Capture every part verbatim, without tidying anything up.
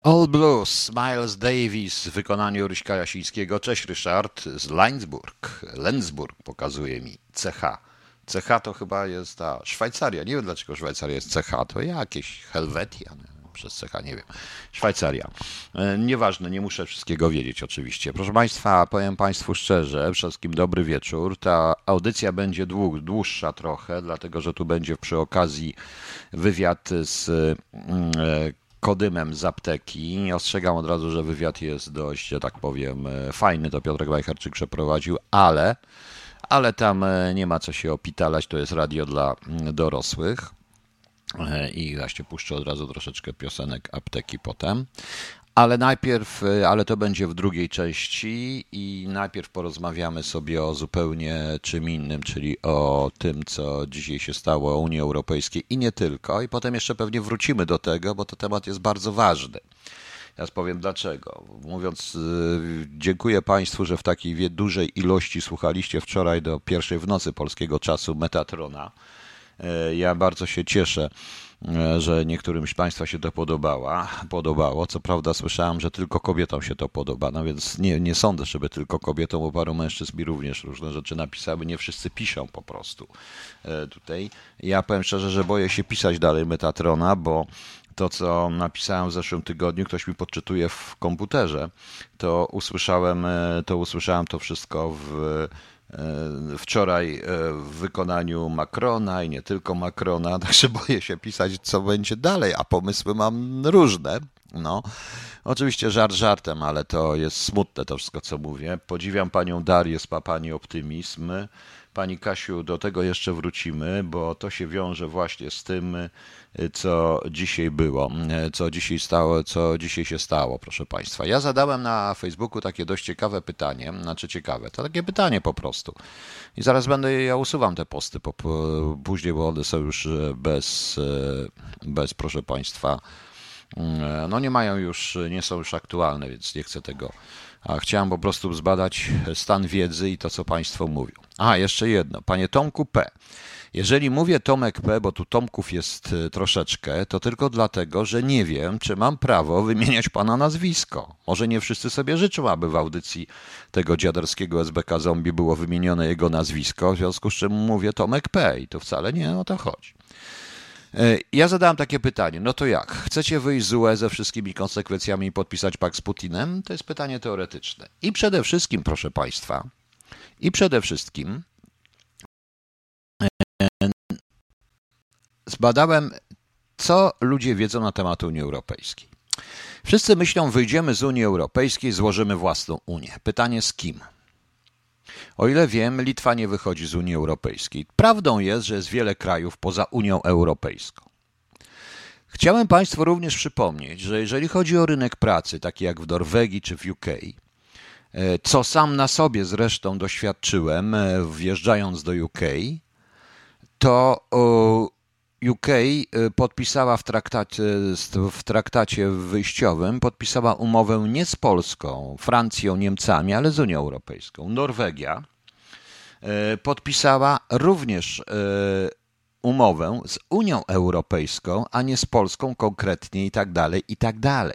All Blues, Miles Davis w wykonaniu Ryśka Jasińskiego. Cześć Ryszard z Lenzburg. Lenzburg pokazuje mi C H. C H to chyba jest ta Szwajcaria. Nie wiem dlaczego Szwajcaria jest C H. To jakieś Helwetia. Przez C H, nie wiem. Szwajcaria. E, Nieważne, nie muszę wszystkiego wiedzieć oczywiście. Proszę Państwa, powiem Państwu szczerze, wszystkim dobry wieczór. Ta audycja będzie dłu- dłuższa trochę, dlatego że tu będzie przy okazji wywiad z mm, e, Kodymem z apteki. Ostrzegam od razu, że wywiad jest dość, że tak powiem, e, fajny. To Piotrek Wajcharczyk przeprowadził, ale, ale tam e, nie ma co się opitalać. To jest radio dla mm, dorosłych. E, I właśnie puszczę od razu troszeczkę piosenek apteki potem. Ale najpierw, e, ale to będzie w drugiej części i najpierw porozmawiamy sobie o zupełnie czym innym, czyli o tym, co dzisiaj się stało, o Unii Europejskiej i nie tylko. I potem jeszcze pewnie wrócimy do tego, bo to temat jest bardzo ważny. Ja powiem dlaczego. Mówiąc, y, dziękuję Państwu, że w takiej wie- dużej ilości słuchaliście wczoraj do pierwszej w nocy polskiego czasu Metatrona. E, Ja bardzo się cieszę, e, że niektórym z Państwa się to podobała, podobało. Co prawda słyszałem, że tylko kobietom się to podoba, no więc nie, nie sądzę, żeby tylko kobietom, bo paru mężczyzn mi również różne rzeczy napisały. Nie wszyscy piszą po prostu e, tutaj. Ja powiem szczerze, że boję się pisać dalej Metatrona, bo to, co napisałem w zeszłym tygodniu, ktoś mi podczytuje w komputerze, to usłyszałem, e, to usłyszałem to wszystko w e, wczoraj e, w wykonaniu Macrona i nie tylko Macrona, także boję się pisać, co będzie dalej, a pomysły mam różne. No, oczywiście żart żartem, ale to jest smutne to wszystko, co mówię. Podziwiam panią Darię z Pani Optymizm. Pani Kasiu, do tego jeszcze wrócimy, bo to się wiąże właśnie z tym, co dzisiaj było, co dzisiaj stało, co dzisiaj się stało, proszę Państwa. Ja zadałem na Facebooku takie dość ciekawe pytanie, znaczy ciekawe, to takie pytanie po prostu. I zaraz będę, ja usuwam te posty po, po, później, bo one są już bez, bez, proszę Państwa, no nie mają już, nie są już aktualne, więc nie chcę tego. A chciałem po prostu zbadać stan wiedzy i to, co Państwo mówią. A, jeszcze jedno. Panie Tomku P. Jeżeli mówię Tomek P., bo tu Tomków jest e, troszeczkę, to tylko dlatego, że nie wiem, czy mam prawo wymieniać Pana nazwisko. Może nie wszyscy sobie życzą, aby w audycji tego dziaderskiego S B K Zombie było wymienione jego nazwisko, w związku z czym mówię Tomek P. i to wcale nie o to chodzi. E, Ja zadałem takie pytanie, no to jak? Chcecie wyjść z U E ze wszystkimi konsekwencjami i podpisać pakt z Putinem? To jest pytanie teoretyczne. I przede wszystkim, proszę Państwa, i przede wszystkim zbadałem, co ludzie wiedzą na temat Unii Europejskiej. Wszyscy myślą, wyjdziemy z Unii Europejskiej, złożymy własną Unię. Pytanie z kim? O ile wiem, Litwa nie wychodzi z Unii Europejskiej. Prawdą jest, że jest wiele krajów poza Unią Europejską. Chciałem Państwu również przypomnieć, że jeżeli chodzi o rynek pracy, taki jak w Norwegii czy w U K, co sam na sobie zresztą doświadczyłem, wjeżdżając do U K, to U K podpisała w traktacie, w traktacie wyjściowym podpisała umowę nie z Polską, Francją, Niemcami, ale z Unią Europejską. Norwegia podpisała również umowę z Unią Europejską, a nie z Polską konkretnie i tak dalej, i tak dalej.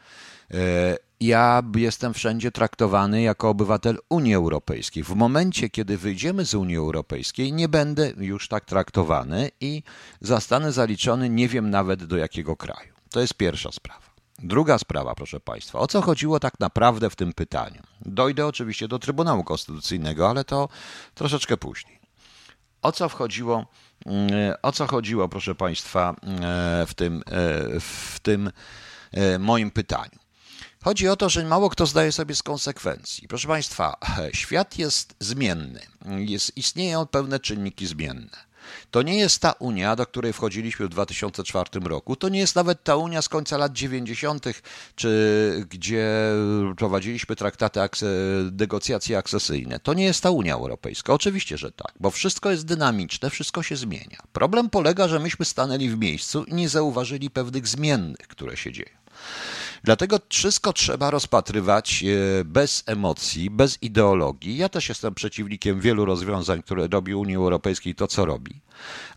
Ja jestem wszędzie traktowany jako obywatel Unii Europejskiej. W momencie, kiedy wyjdziemy z Unii Europejskiej, nie będę już tak traktowany i zostanę zaliczony nie wiem nawet do jakiego kraju. To jest pierwsza sprawa. Druga sprawa, proszę Państwa, o co chodziło tak naprawdę w tym pytaniu? Dojdę oczywiście do Trybunału Konstytucyjnego, ale to troszeczkę później. O co wchodziło, o co chodziło, proszę Państwa, w tym, w tym moim pytaniu? Chodzi o to, że mało kto zdaje sobie z konsekwencji. Proszę Państwa, świat jest zmienny. Jest, istnieją pewne czynniki zmienne. To nie jest ta Unia, do której wchodziliśmy w dwa tysiące czwartym roku. To nie jest nawet ta Unia z końca lat dziewięćdziesiątych, czy gdzie prowadziliśmy traktaty, negocjacje akcesyjne. To nie jest ta Unia Europejska. Oczywiście, że tak, bo wszystko jest dynamiczne, wszystko się zmienia. Problem polega, że myśmy stanęli w miejscu i nie zauważyli pewnych zmiennych, które się dzieją. Dlatego wszystko trzeba rozpatrywać bez emocji, bez ideologii. Ja też jestem przeciwnikiem wielu rozwiązań, które robi Unii Europejskiej, to co robi.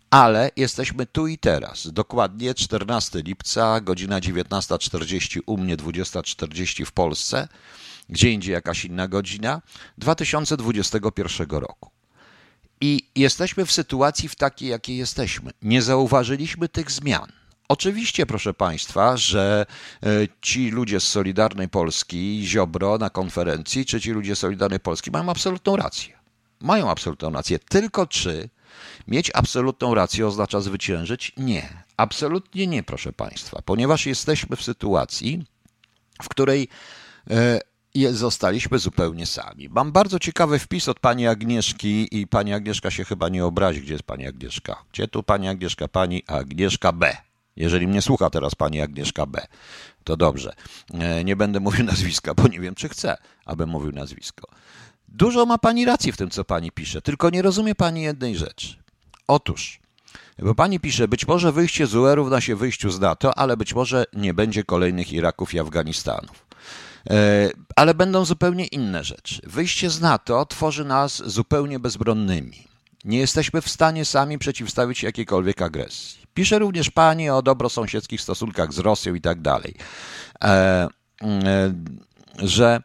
ale jesteśmy tu i teraz. Dokładnie czternastego lipca, godzina dziewiętnasta czterdzieści u mnie, dwudziesta czterdzieści w Polsce, gdzie indziej jakaś inna godzina, dwa tysiące dwudziestego pierwszego roku. I jesteśmy w sytuacji w takiej, jakiej jesteśmy. Nie zauważyliśmy tych zmian. Oczywiście, proszę Państwa, że ci ludzie z Solidarnej Polski, Ziobro na konferencji, czy ci ludzie z Solidarnej Polski mają absolutną rację. Mają absolutną rację. Tylko czy mieć absolutną rację oznacza zwyciężyć? Nie. Absolutnie nie, proszę Państwa, ponieważ jesteśmy w sytuacji, w której zostaliśmy zupełnie sami. Mam bardzo ciekawy wpis od pani Agnieszki i pani Agnieszka się chyba nie obrazi. Gdzie jest pani Agnieszka? Gdzie tu pani Agnieszka? Pani Agnieszka B. Jeżeli mnie słucha teraz pani Agnieszka B, to dobrze. Nie będę mówił nazwiska, bo nie wiem, czy chcę, abym mówił nazwisko. Dużo ma pani racji w tym, co pani pisze, tylko nie rozumie pani jednej rzeczy. Otóż, bo pani pisze, być może wyjście z U E równa się wyjściu z NATO, ale być może nie będzie kolejnych Iraków i Afganistanów. Ale będą zupełnie inne rzeczy. Wyjście z NATO tworzy nas zupełnie bezbronnymi. Nie jesteśmy w stanie sami przeciwstawić się jakiejkolwiek agresji. Pisze również pani o dobrosąsiedzkich stosunkach z Rosją i tak dalej, że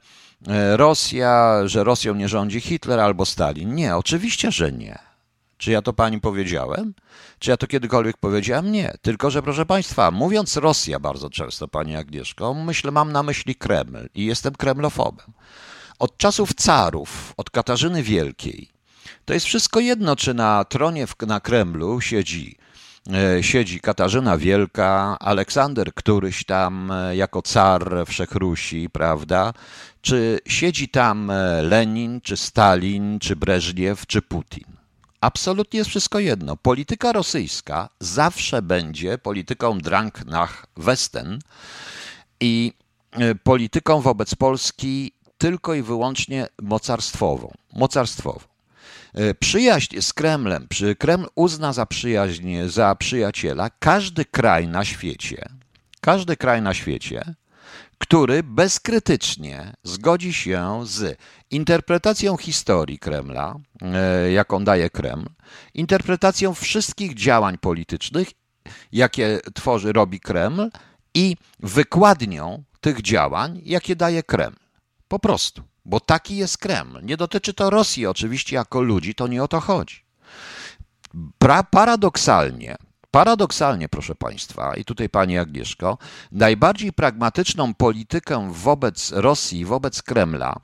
Rosja, że Rosją nie rządzi Hitler albo Stalin. Nie, oczywiście, że nie. Czy ja to pani powiedziałem? Czy ja to kiedykolwiek powiedziałem? Nie. Tylko że, proszę państwa, mówiąc Rosja bardzo często, pani Agnieszko, myślę, mam na myśli Kreml i jestem kremlofobem. Od czasów carów, od Katarzyny Wielkiej, to jest wszystko jedno, czy na tronie w, na Kremlu siedzi, e, siedzi Katarzyna Wielka, Aleksander któryś tam e, jako car Wszechrusi, prawda? Czy siedzi tam Lenin, czy Stalin, czy Breżniew, czy Putin. Absolutnie jest wszystko jedno. Polityka rosyjska zawsze będzie polityką Drang nach Westen i polityką wobec Polski tylko i wyłącznie mocarstwową. mocarstwową. Przyjaźń z Kremlem, Kreml uzna za przyjaźń, za przyjaciela każdy kraj na świecie, każdy kraj na świecie, który bezkrytycznie zgodzi się z interpretacją historii Kremla, jaką daje Kreml, interpretacją wszystkich działań politycznych, jakie tworzy, robi Kreml i wykładnią tych działań, jakie daje Kreml. Po prostu, bo taki jest Kreml. Nie dotyczy to Rosji oczywiście jako ludzi, to nie o to chodzi. Pra, paradoksalnie, Paradoksalnie, proszę państwa, i tutaj pani Agnieszko, najbardziej pragmatyczną politykę wobec Rosji, wobec Kremla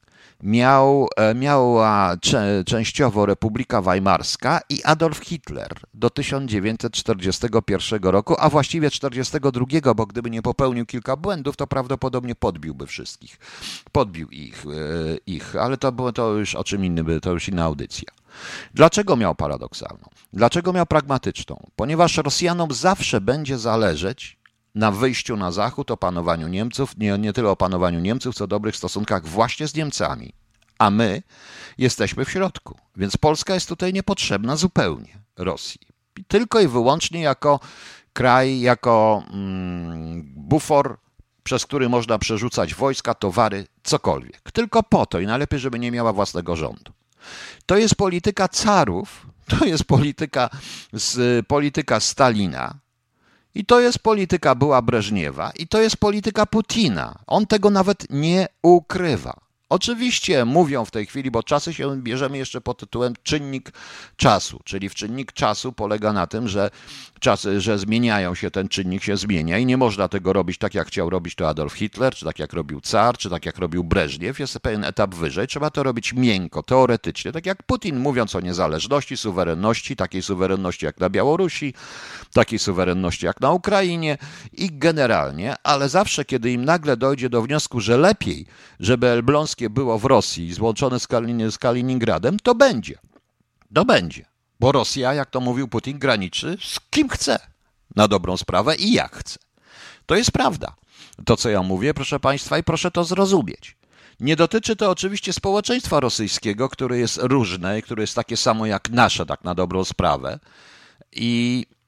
miał, miała częściowo Republika Weimarska i Adolf Hitler do tysiąc dziewięćset czterdziestego pierwszego roku, a właściwie czterdziestego drugiego, bo gdyby nie popełnił kilka błędów, to prawdopodobnie podbiłby wszystkich. Podbił ich, ich ale to było to już o czym innym, to już inna audycja. Dlaczego miał paradoksalną? Dlaczego miał pragmatyczną? Ponieważ Rosjanom zawsze będzie zależeć na wyjściu na zachód, opanowaniu Niemców, nie, nie tyle opanowaniu Niemców, co dobrych stosunkach właśnie z Niemcami. A my jesteśmy w środku, więc Polska jest tutaj niepotrzebna zupełnie Rosji. Tylko i wyłącznie jako kraj, jako mm, bufor, przez który można przerzucać wojska, towary, cokolwiek. Tylko po to i najlepiej, żeby nie miała własnego rządu. To jest polityka carów, to jest polityka, z, polityka Stalina i to jest polityka była Breżniewa i to jest polityka Putina. On tego nawet nie ukrywa. Oczywiście mówią w tej chwili, bo czasy się bierzemy jeszcze pod tytułem czynnik czasu, czyli w czynnik czasu polega na tym, że czasy, że zmieniają się, ten czynnik się zmienia i nie można tego robić tak, jak chciał robić to Adolf Hitler, czy tak jak robił car, czy tak jak robił Breżniew. Jest pewien etap wyżej, trzeba to robić miękko, teoretycznie, tak jak Putin, mówiąc o niezależności, suwerenności, takiej suwerenności jak na Białorusi, takiej suwerenności jak na Ukrainie i generalnie, ale zawsze, kiedy im nagle dojdzie do wniosku, że lepiej, żeby Elbląskie było w Rosji złączone z, Kalin- z Kaliningradem, to będzie. To będzie. Bo Rosja, jak to mówił Putin, graniczy z kim chce. Na dobrą sprawę i jak chce. To jest prawda. To, co ja mówię, proszę państwa, i proszę to zrozumieć. Nie dotyczy to oczywiście społeczeństwa rosyjskiego, które jest różne, które jest takie samo jak nasze, tak na dobrą sprawę. I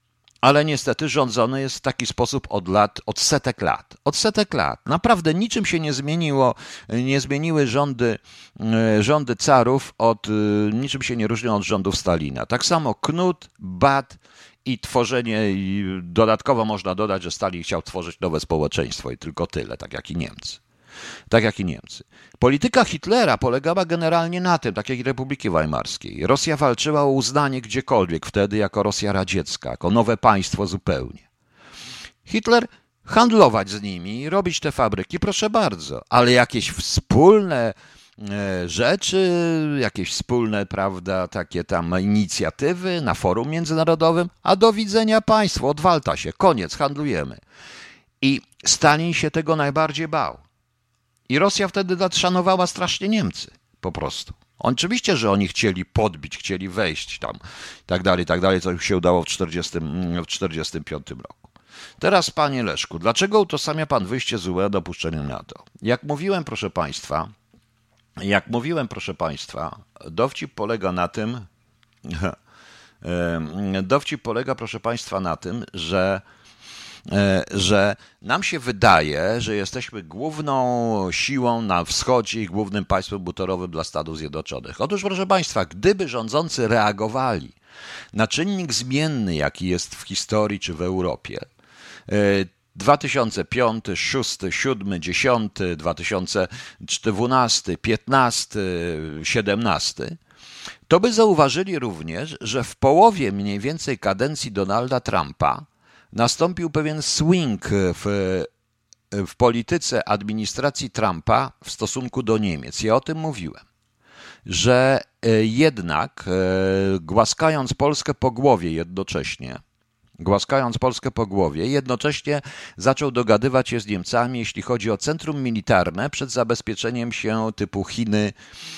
ale niestety rządzony jest w taki sposób od lat, od setek lat. Od setek lat. Naprawdę niczym się nie zmieniło, nie zmieniły rządy, rządy carów, od, niczym się nie różnią od rządów Stalina. Tak samo knut, bat i tworzenie, i dodatkowo można dodać, że Stalin chciał tworzyć nowe społeczeństwo i tylko tyle, tak jak i Niemcy. Tak jak i Niemcy. Polityka Hitlera polegała generalnie na tym, tak jak i Republiki Weimarskiej. Rosja walczyła o uznanie gdziekolwiek wtedy jako Rosja radziecka, jako nowe państwo zupełnie. Hitler handlować z nimi, robić te fabryki, proszę bardzo, ale jakieś wspólne rzeczy, jakieś wspólne, prawda, takie tam inicjatywy na forum międzynarodowym, a do widzenia państwo, odwalta się, koniec, handlujemy. I Stalin się tego najbardziej bał. I Rosja wtedy szanowała strasznie Niemcy, po prostu. Oczywiście, że oni chcieli podbić, chcieli wejść tam, tak dalej, tak dalej, co już się udało w czterdziestym piątym roku. Teraz, panie Leszku, dlaczego utożsamia pan wyjście z U E dopuszczeniem NATO? Jak mówiłem, proszę państwa, jak mówiłem, proszę państwa, dowcip polega na tym, dowcip polega, proszę państwa, na tym, że że nam się wydaje, że jesteśmy główną siłą na wschodzie i głównym państwem butorowym dla Stanów Zjednoczonych. Otóż, proszę państwa, gdyby rządzący reagowali na czynnik zmienny, jaki jest w historii czy w Europie, dwa tysiące piąty, dwa tysiące szósty, dwa tysiące siódmy, dwa tysiące dziesiąty, dwa tysiące dwunasty, dwa tysiące piętnasty, dwa tysiące siedemnasty, to by zauważyli również, że w połowie mniej więcej kadencji Donalda Trumpa nastąpił pewien swing w, w polityce administracji Trumpa w stosunku do Niemiec. Ja o tym mówiłem, że jednak głaskając Polskę po głowie jednocześnie, głaskając Polskę po głowie, jednocześnie zaczął dogadywać się z Niemcami, jeśli chodzi o centrum militarne przed zabezpieczeniem się typu Chiny,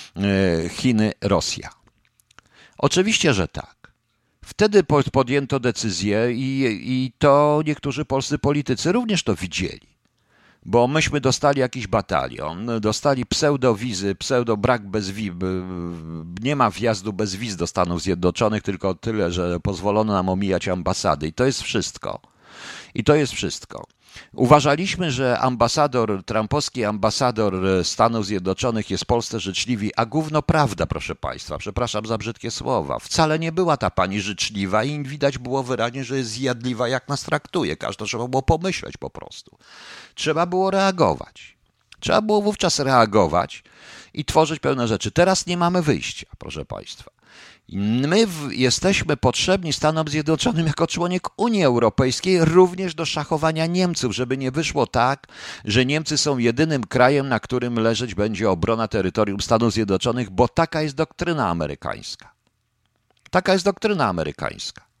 Chiny, Rosja. Oczywiście, że tak. Wtedy podjęto decyzję i, i to niektórzy polscy politycy również to widzieli. Bo myśmy dostali jakiś batalion, dostali pseudowizy, pseudo brak bez wiz, nie ma wjazdu bez wiz do Stanów Zjednoczonych, tylko tyle, że pozwolono nam omijać ambasady i to jest wszystko. I to jest wszystko. Uważaliśmy, że ambasador, trumpowski ambasador Stanów Zjednoczonych jest Polsce życzliwy, a gówno prawda, proszę państwa, przepraszam za brzydkie słowa. Wcale nie była ta pani życzliwa i widać było wyraźnie, że jest zjadliwa, jak nas traktuje. Każde trzeba było pomyśleć po prostu. Trzeba było reagować. Trzeba było wówczas reagować i tworzyć pewne rzeczy. Teraz nie mamy wyjścia, proszę państwa. My w, jesteśmy potrzebni Stanom Zjednoczonym jako członek Unii Europejskiej również do szachowania Niemców, żeby nie wyszło tak, że Niemcy są jedynym krajem, na którym leżeć będzie obrona terytorium Stanów Zjednoczonych, bo taka jest doktryna amerykańska. Taka jest doktryna amerykańska.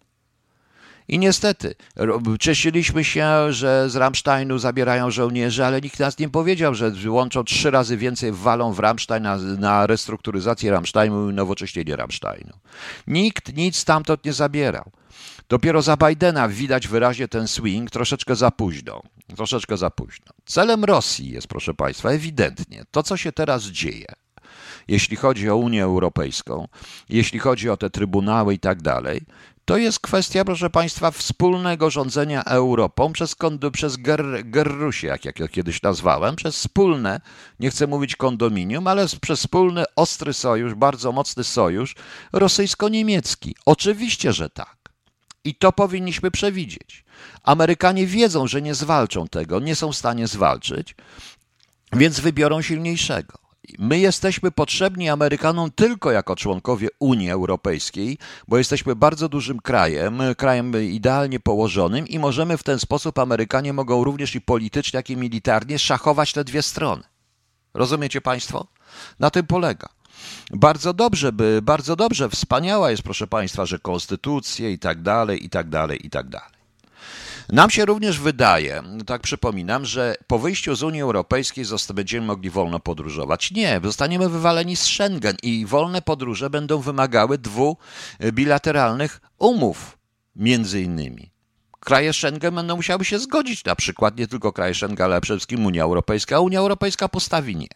I niestety, cieszyliśmy się, że z Ramsteinu zabierają żołnierzy, ale nikt nas nie powiedział, że łączą trzy razy więcej walą w Ramstein na, na restrukturyzację Ramsteinu i nowocześnienie Ramsteinu. Nikt nic stamtąd nie zabierał. Dopiero za Bidena widać wyraźnie ten swing troszeczkę za późno. Troszeczkę za późno. Celem Rosji jest, proszę państwa, ewidentnie to, co się teraz dzieje. Jeśli chodzi o Unię Europejską, jeśli chodzi o te trybunały i tak dalej, to jest kwestia, proszę państwa, wspólnego rządzenia Europą przez, przez ger, Gerrusie, jak, jak ja kiedyś nazwałem, przez wspólne, nie chcę mówić kondominium, ale przez wspólny, ostry sojusz, bardzo mocny sojusz rosyjsko-niemiecki. Oczywiście, że tak. I to powinniśmy przewidzieć. Amerykanie wiedzą, że nie zwalczą tego, nie są w stanie zwalczyć, więc wybiorą silniejszego. My jesteśmy potrzebni Amerykanom tylko jako członkowie Unii Europejskiej, bo jesteśmy bardzo dużym krajem, krajem idealnie położonym i możemy w ten sposób, Amerykanie mogą również i politycznie, jak i militarnie szachować te dwie strony. Rozumiecie państwo? Na tym polega. Bardzo dobrze, by, bardzo dobrze, wspaniała jest, proszę państwa, że konstytucje i tak dalej, i tak dalej, i tak dalej. Nam się również wydaje, tak przypominam, że po wyjściu z Unii Europejskiej będziemy mogli wolno podróżować. Nie, zostaniemy wywaleni z Schengen i wolne podróże będą wymagały dwóch bilateralnych umów, między innymi. Kraje Schengen będą musiały się zgodzić, na przykład nie tylko kraje Schengen, ale przede wszystkim Unia Europejska, a Unia Europejska postawi nie.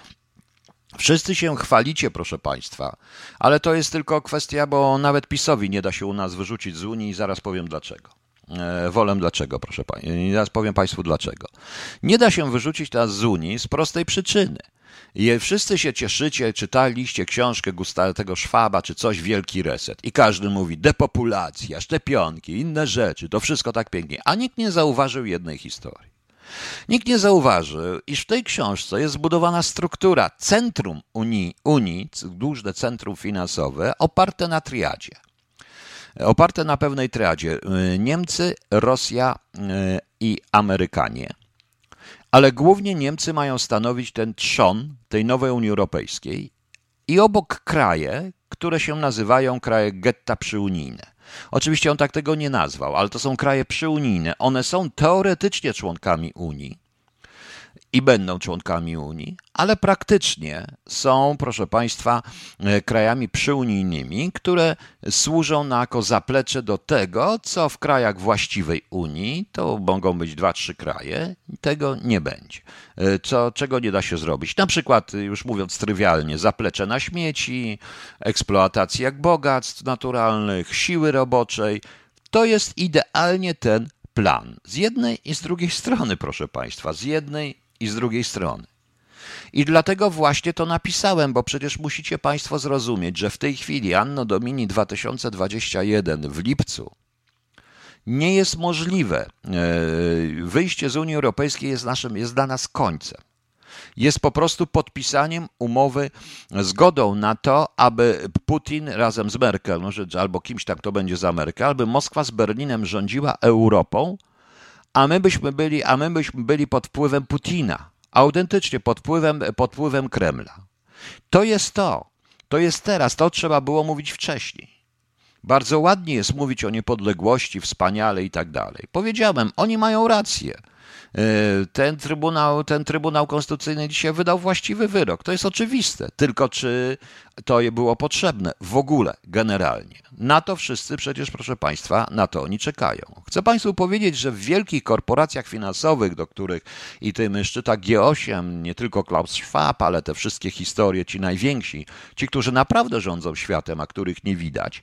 Wszyscy się chwalicie, proszę państwa, ale to jest tylko kwestia, bo nawet PiS-owi nie da się u nas wyrzucić z Unii i zaraz powiem dlaczego. Wolę dlaczego, proszę Państwa. I teraz powiem Państwu dlaczego. Nie da się wyrzucić nas z Unii z prostej przyczyny. I wszyscy się cieszycie, czytaliście książkę Gustawego Schwaba czy coś, Wielki Reset. I każdy mówi depopulacja, szczepionki, inne rzeczy, to wszystko tak pięknie. A nikt nie zauważył jednej historii. Nikt nie zauważył, iż w tej książce jest zbudowana struktura centrum Unii, Unii duże centrum finansowe oparte na triadzie. Oparte na pewnej triadzie. Niemcy, Rosja i Amerykanie. Ale głównie Niemcy mają stanowić ten trzon tej nowej Unii Europejskiej i obok kraje, które się nazywają kraje getta przyunijne. Oczywiście on tak tego nie nazwał, ale to są kraje przyunijne. One są teoretycznie członkami Unii i będą członkami Unii, ale praktycznie są, proszę Państwa, krajami przyunijnymi, które służą jako zaplecze do tego, co w krajach właściwej Unii, to mogą być dwa, trzy kraje, tego nie będzie. Co, czego nie da się zrobić. Na przykład, już mówiąc trywialnie, zaplecze na śmieci, eksploatacja bogactw naturalnych, siły roboczej. To jest idealnie ten plan. Z jednej i z drugiej strony, proszę Państwa, z jednej i z drugiej strony. I dlatego właśnie to napisałem, bo przecież musicie Państwo zrozumieć, że w tej chwili Anno Domini dwa tysiące dwudziesty pierwszy w lipcu nie jest możliwe. Wyjście z Unii Europejskiej jest, naszym, jest dla nas końcem. Jest po prostu podpisaniem umowy, zgodą na to, aby Putin razem z Merkel, albo kimś tam, kto będzie za Merkel, aby Moskwa z Berlinem rządziła Europą, a my byśmy byli, a my byśmy byli pod wpływem Putina, autentycznie pod wpływem, pod wpływem Kremla. To jest to, to jest teraz, to trzeba było mówić wcześniej. Bardzo ładnie jest mówić o niepodległości, wspaniale i tak dalej. Powiedziałem, oni mają rację. Ten Trybunał, ten Trybunał Konstytucyjny dzisiaj wydał właściwy wyrok. To jest oczywiste. Tylko czy to było potrzebne? W ogóle, generalnie. Na to wszyscy przecież, proszę Państwa, na to oni czekają. Chcę Państwu powiedzieć, że w wielkich korporacjach finansowych, do których i tym szczyta G osiem, nie tylko Klaus Schwab, ale te wszystkie historie, ci najwięksi, ci, którzy naprawdę rządzą światem, a których nie widać,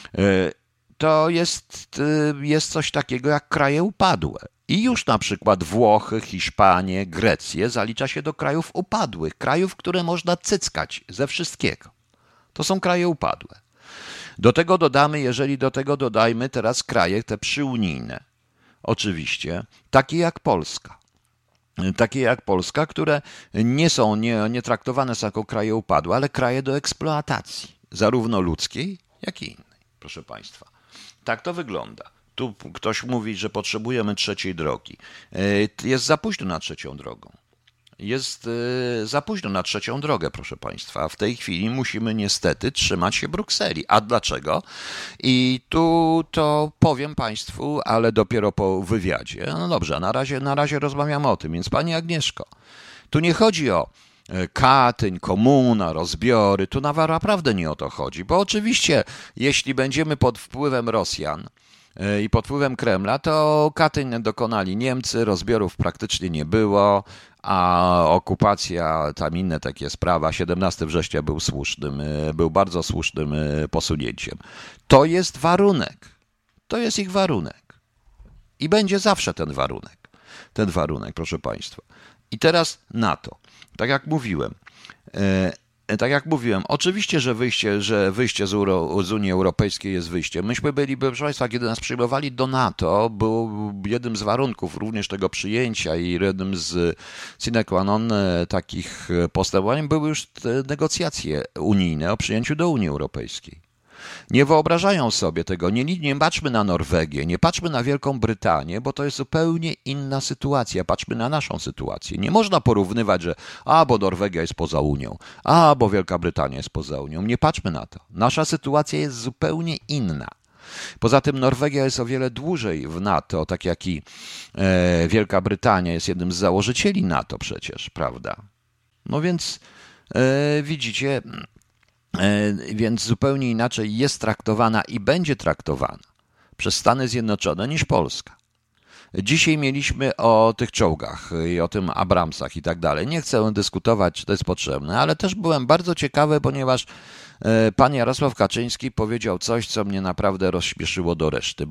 to jest, jest coś takiego jak kraje upadłe. I już na przykład Włochy, Hiszpanię, Grecję zalicza się do krajów upadłych, krajów, które można cyckać ze wszystkiego. To są kraje upadłe. Do tego dodamy, jeżeli do tego dodajmy teraz kraje te przyunijne, oczywiście, takie jak Polska. Takie jak Polska, które nie są, nie, nie traktowane są jako kraje upadłe, ale kraje do eksploatacji, zarówno ludzkiej, jak i innej, proszę Państwa. Tak to wygląda. Tu ktoś mówi, że potrzebujemy trzeciej drogi. Jest za późno na trzecią drogą. Jest za późno na trzecią drogę, proszę Państwa. W tej chwili musimy niestety trzymać się Brukseli. A dlaczego? I tu to powiem Państwu, ale dopiero po wywiadzie. No dobrze, na razie, na razie rozmawiamy o tym, więc Pani Agnieszko, tu nie chodzi o Katyń, komuna, rozbiory, tu naprawdę nie o to chodzi, bo oczywiście jeśli będziemy pod wpływem Rosjan i pod wpływem Kremla, to Katyń dokonali Niemcy, rozbiorów praktycznie nie było, a okupacja, tam inne takie sprawa, siedemnastego września był słusznym, był bardzo słusznym posunięciem. To jest warunek, to jest ich warunek i będzie zawsze ten warunek, ten warunek, proszę Państwa. I teraz NATO, tak jak mówiłem, Tak jak mówiłem, oczywiście, że wyjście, że wyjście z, Euro, z Unii Europejskiej jest wyjściem. Myśmy byli, proszę Państwa, kiedy nas przyjmowali do NATO, był jednym z warunków również tego przyjęcia i jednym z sine qua non takich postępowań były już te negocjacje unijne o przyjęciu do Unii Europejskiej. Nie wyobrażają sobie tego, nie, nie patrzmy na Norwegię, nie patrzmy na Wielką Brytanię, bo to jest zupełnie inna sytuacja. Patrzmy na naszą sytuację. Nie można porównywać, że a, bo Norwegia jest poza Unią, a, bo Wielka Brytania jest poza Unią. Nie patrzmy na to. Nasza sytuacja jest zupełnie inna. Poza tym Norwegia jest o wiele dłużej w NATO, tak jak i e, Wielka Brytania jest jednym z założycieli NATO przecież, prawda? No więc e, widzicie... Więc zupełnie inaczej jest traktowana i będzie traktowana przez Stany Zjednoczone niż Polska. Dzisiaj mieliśmy o tych czołgach i o tym Abramsach i tak dalej. Nie chcę dyskutować, czy to jest potrzebne, ale też byłem bardzo ciekawy, ponieważ pan Jarosław Kaczyński powiedział coś, co mnie naprawdę rozśmieszyło do reszty, bo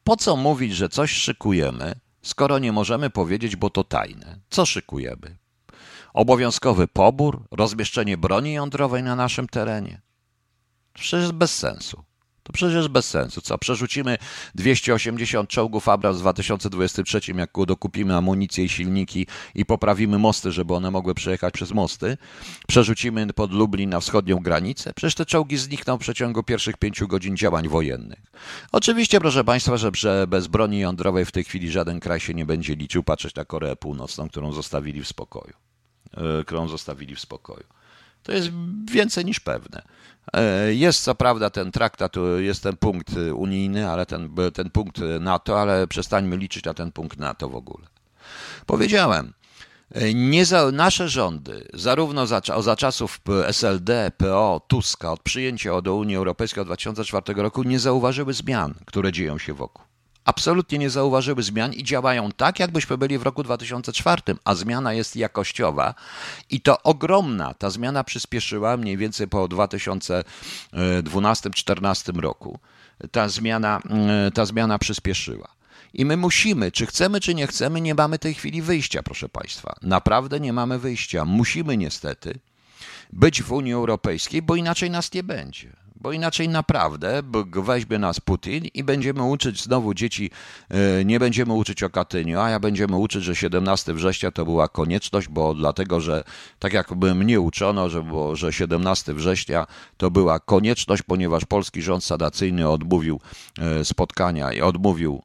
Po co mówić, że coś szykujemy, skoro nie możemy powiedzieć, bo to tajne? Co szykujemy? Obowiązkowy pobór, rozmieszczenie broni jądrowej na naszym terenie? Przecież bez sensu. To przecież bez sensu. Co, przerzucimy dwieście osiemdziesiąt czołgów Abrams w dwa tysiące dwudziestym trzecim, jak dokupimy amunicję i silniki i poprawimy mosty, żeby one mogły przejechać przez mosty, przerzucimy pod Lublin na wschodnią granicę? Przecież te czołgi znikną w przeciągu pierwszych pięciu godzin działań wojennych. Oczywiście, proszę Państwa, że, że bez broni jądrowej w tej chwili żaden kraj się nie będzie liczył, patrzeć na Koreę Północną, którą zostawili w spokoju. Yy, którą zostawili w spokoju. To jest więcej niż pewne. Jest co prawda ten traktat, jest ten punkt unijny, ale ten, ten punkt NATO, ale przestańmy liczyć na ten punkt NATO w ogóle. Powiedziałem, nie za, nasze rządy, zarówno za, za czasów S L D, P O, Tuska, od przyjęcia do Unii Europejskiej od dwa tysiące czwartego roku nie zauważyły zmian, które dzieją się wokół. Absolutnie nie zauważyły zmian i działają tak, jakbyśmy byli w roku dwa tysiące czwartym, a zmiana jest jakościowa i to ogromna. Ta zmiana przyspieszyła mniej więcej po dwa tysiące dwunastym czternastym roku. Ta zmiana, ta zmiana przyspieszyła. I my musimy, czy chcemy, czy nie chcemy, nie mamy tej chwili wyjścia, proszę Państwa. Naprawdę nie mamy wyjścia. Musimy niestety być w Unii Europejskiej, bo inaczej nas nie będzie. Bo inaczej naprawdę weźmie nas Putin i będziemy uczyć znowu dzieci, nie będziemy uczyć o Katyniu, a ja będziemy uczyć, że siedemnastego września to była konieczność, bo dlatego, że tak jakby mnie uczono, że, bo, że siedemnastego września to była konieczność, ponieważ polski rząd sadacyjny odmówił spotkania i odmówił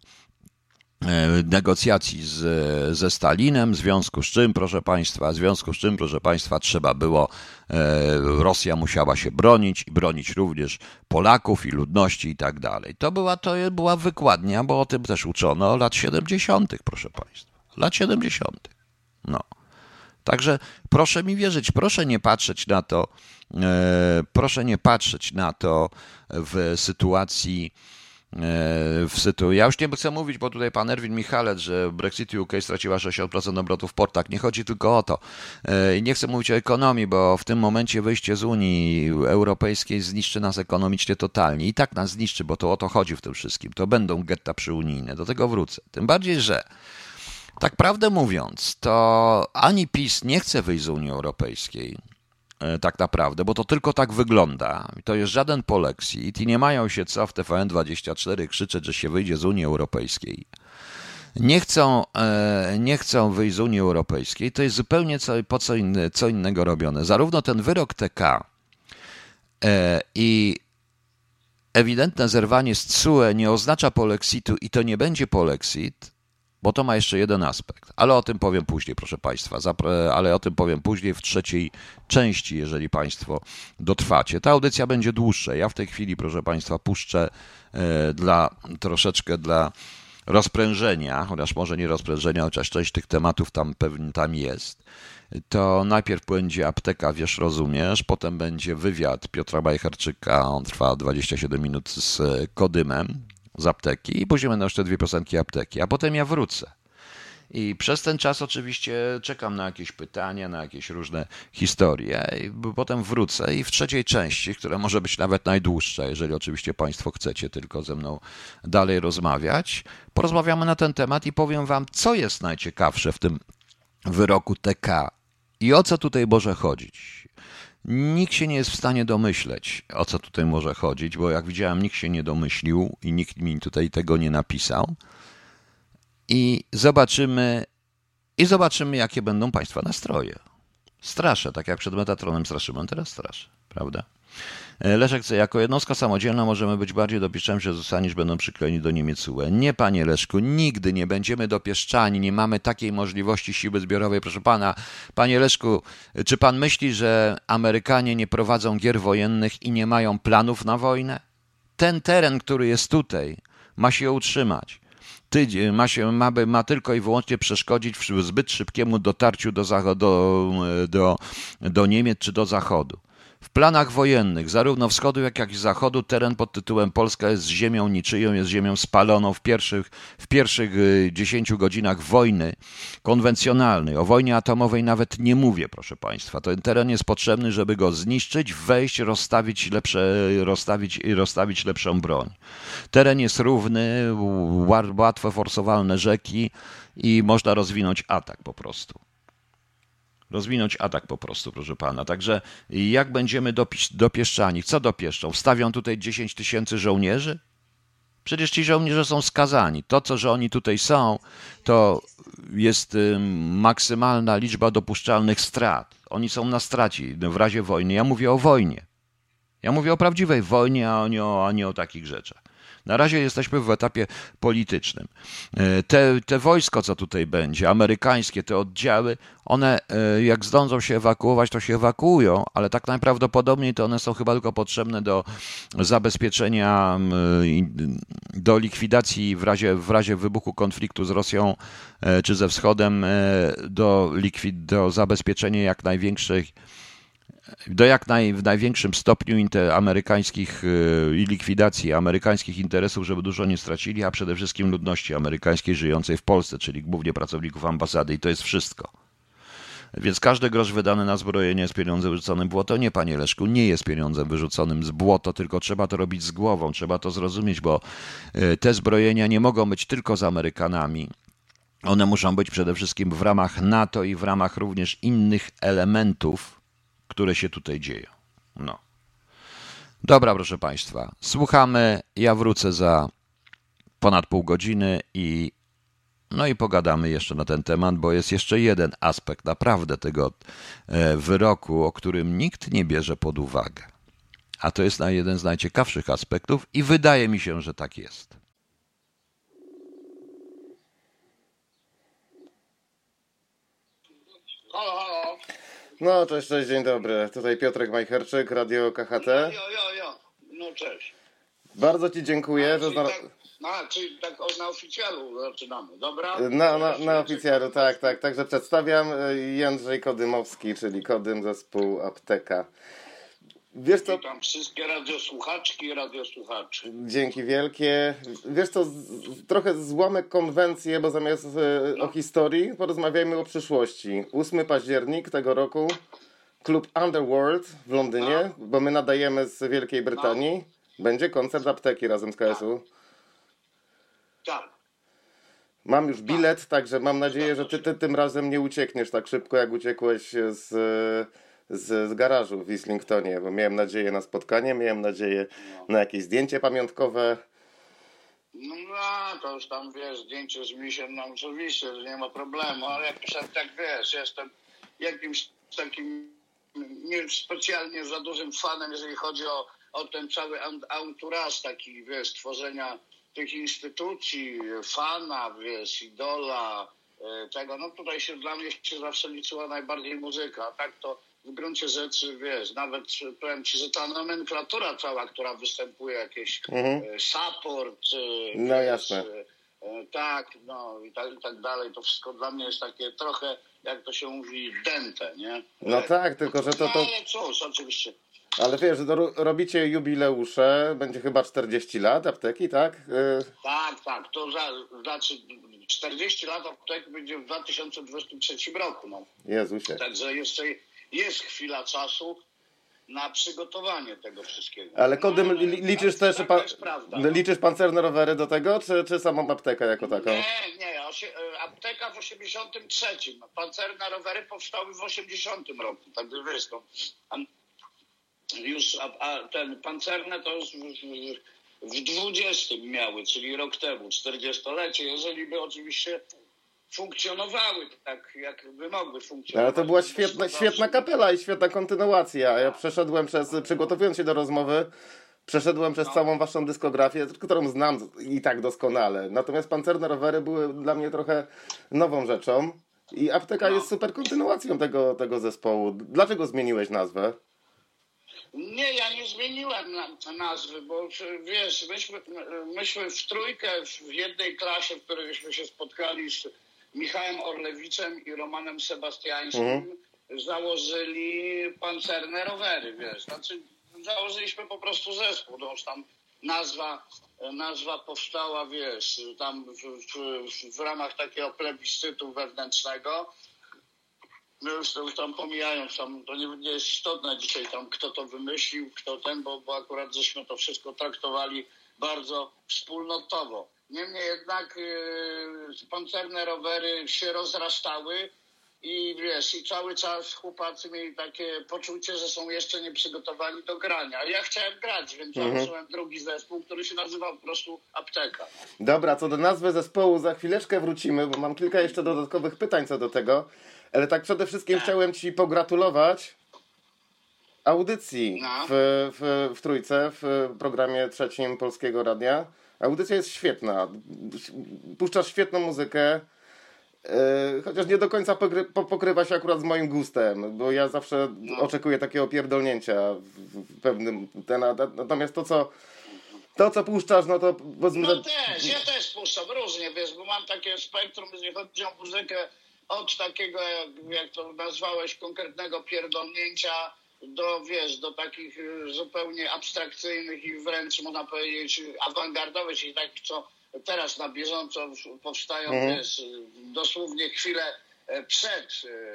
negocjacji z, ze Stalinem, w związku z czym, proszę Państwa, w związku z czym, proszę Państwa, trzeba było, e, Rosja musiała się bronić i bronić również Polaków i ludności i tak dalej. To była, to była wykładnia, bo o tym też uczono lat siedemdziesiątych, proszę Państwa, lat siedemdziesiątych. No. Także proszę mi wierzyć, proszę nie patrzeć na to, e, proszę nie patrzeć na to w sytuacji W sytu... Ja już nie chcę mówić, bo tutaj pan Erwin Michalec, że Brexit U K straciła sześćdziesiąt procent obrotów w portach. Nie chodzi tylko o to. Nie chcę mówić o ekonomii, bo w tym momencie wyjście z Unii Europejskiej zniszczy nas ekonomicznie totalnie. I tak nas zniszczy, bo to o to chodzi w tym wszystkim. To będą getta przyunijne. Do tego wrócę. Tym bardziej, że tak prawdę mówiąc, to ani PiS nie chce wyjść z Unii Europejskiej, tak naprawdę, bo to tylko tak wygląda. To jest żaden polexit i nie mają się co w T V N dwadzieścia cztery krzyczeć, że się wyjdzie z Unii Europejskiej. Nie chcą, nie chcą wyjść z Unii Europejskiej. To jest zupełnie co, po co, inne, co innego robione. Zarówno ten wyrok T K i ewidentne zerwanie z C U E nie oznacza polexitu i to nie będzie polexit, bo to ma jeszcze jeden aspekt, ale o tym powiem później, proszę Państwa, ale o tym powiem później w trzeciej części, jeżeli Państwo dotrwacie. Ta audycja będzie dłuższa. Ja w tej chwili, proszę Państwa, puszczę dla troszeczkę dla rozprężenia, chociaż może nie rozprężenia, chociaż część tych tematów tam pewnie tam jest. To najpierw będzie apteka, wiesz, rozumiesz, potem będzie wywiad Piotra Majcherczyka, on trwa dwadzieścia siedem minut z Kodymem z apteki i później będą jeszcze dwie piosenki apteki, a potem ja wrócę. I przez ten czas oczywiście czekam na jakieś pytania, na jakieś różne historie i potem wrócę i w trzeciej części, która może być nawet najdłuższa, jeżeli oczywiście Państwo chcecie tylko ze mną dalej rozmawiać, porozmawiamy na ten temat i powiem Wam, co jest najciekawsze w tym wyroku T K i o co tutaj może chodzić. Nikt się nie jest w stanie domyśleć, o co tutaj może chodzić, bo jak widziałem, nikt się nie domyślił i nikt mi tutaj tego nie napisał. I zobaczymy, i zobaczymy, jakie będą Państwa nastroje. Straszę, tak jak przed Metatronem straszyłem, teraz straszę, prawda? Leszek chce, jako jednostka samodzielna możemy być bardziej dopieszczani przez U S A niż będą przyklejeni do Niemiec U E. Nie, panie Leszku, nigdy nie będziemy dopieszczani, nie mamy takiej możliwości siły zbiorowej. Proszę pana, panie Leszku, czy pan myśli, że Amerykanie nie prowadzą gier wojennych i nie mają planów na wojnę? Ten teren, który jest tutaj, ma się utrzymać. Tydzień, ma, się, ma, ma tylko i wyłącznie przeszkodzić w zbyt szybkiemu dotarciu do, do, do, do Niemiec czy do Zachodu. W planach wojennych, zarówno wschodu, jak i zachodu, teren pod tytułem Polska jest ziemią niczyją, jest ziemią spaloną w pierwszych, w pierwszych dziesięciu godzinach wojny konwencjonalnej. O wojnie atomowej nawet nie mówię, proszę Państwa. Ten teren jest potrzebny, żeby go zniszczyć, wejść, rozstawić, lepsze, rozstawić, rozstawić lepszą broń. Teren jest równy, łatwo forsowalne rzeki i można rozwinąć atak po prostu. Rozwinąć atak po prostu, proszę pana. Także jak będziemy dopisz, dopieszczani? Co dopieszczą? Wstawią tutaj dziesięć tysięcy żołnierzy? Przecież ci żołnierze są skazani. To, co, że oni tutaj są, to jest maksymalna liczba dopuszczalnych strat. Oni są na straci w razie wojny. Ja mówię o wojnie. Ja mówię o prawdziwej wojnie, a nie o, a nie o takich rzeczach. Na razie jesteśmy w etapie politycznym. Te, te wojsko, co tutaj będzie, amerykańskie, te oddziały, one jak zdążą się ewakuować, to się ewakuują, ale tak najprawdopodobniej to one są chyba tylko potrzebne do zabezpieczenia, do likwidacji w razie, w razie wybuchu konfliktu z Rosją czy ze Wschodem, do, likwid, do zabezpieczenia jak największych do jak naj, w największym stopniu inter, amerykańskich i likwidacji amerykańskich interesów, żeby dużo nie stracili, a przede wszystkim ludności amerykańskiej żyjącej w Polsce, czyli głównie pracowników ambasady i to jest wszystko. Więc każdy grosz wydany na zbrojenie jest pieniądzem wyrzuconym w błoto. Nie, panie Leszku, nie jest pieniądzem wyrzuconym z błoto, tylko trzeba to robić z głową, trzeba to zrozumieć, bo te zbrojenia nie mogą być tylko z Amerykanami. One muszą być przede wszystkim w ramach NATO i w ramach również innych elementów, które się tutaj dzieją. No. Dobra, proszę Państwa, słuchamy, ja wrócę za ponad pół godziny i no i pogadamy jeszcze na ten temat, bo jest jeszcze jeden aspekt naprawdę tego wyroku, o którym nikt nie bierze pod uwagę. A to jest jeden z najciekawszych aspektów i wydaje mi się, że tak jest. Halo, halo. No, cześć, cześć, dzień dobry. Tutaj Piotrek Majcherczyk, Radio K H T. Jo, jo, jo. No cześć. Bardzo Ci dziękuję. A, że czyli, zna... tak, a, czyli tak o, na oficjalu zaczynamy, dobra? Na, na, na oficjalu, tak, tak. Także przedstawiam Jędrzej Kodymowski, czyli Kodym Zespół Apteka. Wiesz co? Witam wszystkie radiosłuchaczki i radiosłuchaczy. Dzięki wielkie. Wiesz co, z, trochę złamy konwencję, bo zamiast e, No. o historii porozmawiajmy o przyszłości. ósmego października tego roku klub Underworld w Londynie, No. bo my nadajemy z Wielkiej Brytanii. Będzie koncert Apteki razem z K S U. Tak. Mam już bilet, także mam nadzieję, że ty, ty tym razem nie uciekniesz tak szybko, jak uciekłeś z, z, z garażu w Islingtonie, bo miałem nadzieję na spotkanie, miałem nadzieję na jakieś zdjęcie pamiątkowe. No, no to już tam, wiesz, zdjęcie z misiem, no oczywiście, że nie ma problemu, ale jakoś tak, tak wiesz, jestem jakimś takim nie specjalnie za dużym fanem, jeżeli chodzi o, o ten cały entourage taki, wiesz, tworzenia tych instytucji, fana, wiesz, idola, tego, no tutaj się dla mnie się zawsze liczyła najbardziej muzyka, a tak to w gruncie rzeczy, wiesz, nawet powiem ci, że ta nomenklatura cała, która występuje, jakieś Mhm. support, No wiesz, jasne. tak, no i tak, i tak dalej, to wszystko dla mnie jest takie trochę, jak to się mówi, dęte, nie? No tak, tylko że to... No to... ale cóż, oczywiście. Ale wiesz, ro- robicie jubileusze, będzie chyba czterdzieści lat apteki, tak? Y- Tak, tak, to za, znaczy czterdzieści lat aptek będzie w dwa tysiące dwudziestym trzecim roku, no. Jezusie. Także jeszcze jest chwila czasu na przygotowanie tego wszystkiego. Ale Kodym, No, li- liczysz tak, też tak, pa- to jest prawda. No. liczysz pancerne rowery do tego, czy, czy samą aptekę jako taką? Nie, nie, osie, apteka w osiemdziesiątym trzecim. Pancerne rowery powstały w osiemdziesiątym roku, także wiesz, to a, już a, a ten pancerne to już w, w, w dwudziestym miały, czyli rok temu, czterdziestolecie, jeżeli by oczywiście funkcjonowały tak, jak by mogły funkcjonować. Ale to była świetna, świetna kapela i świetna kontynuacja. Ja przeszedłem przez, przygotowując się do rozmowy, przeszedłem przez No. całą waszą dyskografię, którą znam i tak doskonale. Natomiast pancerne rowery były dla mnie trochę nową rzeczą. I apteka No. jest super kontynuacją tego, tego zespołu. Dlaczego zmieniłeś nazwę? Nie, ja nie zmieniłem na, nazwy, bo wiesz, myśmy, myśmy w trójkę w jednej klasie, w której żeśmy się spotkali z Michałem Orlewiczem i Romanem Sebastiańskim, Mhm. założyli pancerne rowery, wiesz. Znaczy, założyliśmy po prostu zespół, no już tam nazwa, nazwa powstała, wiesz, tam w, w, w ramach takiego plebiscytu wewnętrznego. No już, już tam pomijając, tam, to nie, nie jest istotne dzisiaj tam, kto to wymyślił, kto ten, bo, bo akurat żeśmy to wszystko traktowali bardzo wspólnotowo. Niemniej jednak yy, pancerne rowery się rozrastały i wiesz, i cały czas chłopacy mieli takie poczucie, że są jeszcze nieprzygotowani do grania. Ja chciałem grać, więc mhm. założyłem drugi zespół, który się nazywał po prostu Apteka. Dobra, co do nazwy zespołu za chwileczkę wrócimy, bo mam kilka jeszcze dodatkowych pytań co do tego. Ale tak przede wszystkim tak. chciałem Ci pogratulować audycji no. w, w, w Trójce, w programie trzecim Polskiego Radia. Audycja jest świetna. Puszczasz świetną muzykę, yy, chociaż nie do końca pokry, pokrywa się akurat z moim gustem, bo ja zawsze no. oczekuję takiego pierdolnięcia w, w pewnym... Ten, natomiast to, co to, co puszczasz, no to... No też, ja też puszczam różnie, wiesz, bo mam takie spektrum, jeżeli chodzi o muzykę, od takiego, jak to nazwałeś, konkretnego pierdolnięcia do, wiesz, do takich zupełnie abstrakcyjnych i wręcz, można powiedzieć, awangardowych, czyli takich, co teraz na bieżąco powstają, mhm. wiesz, dosłownie chwilę przed,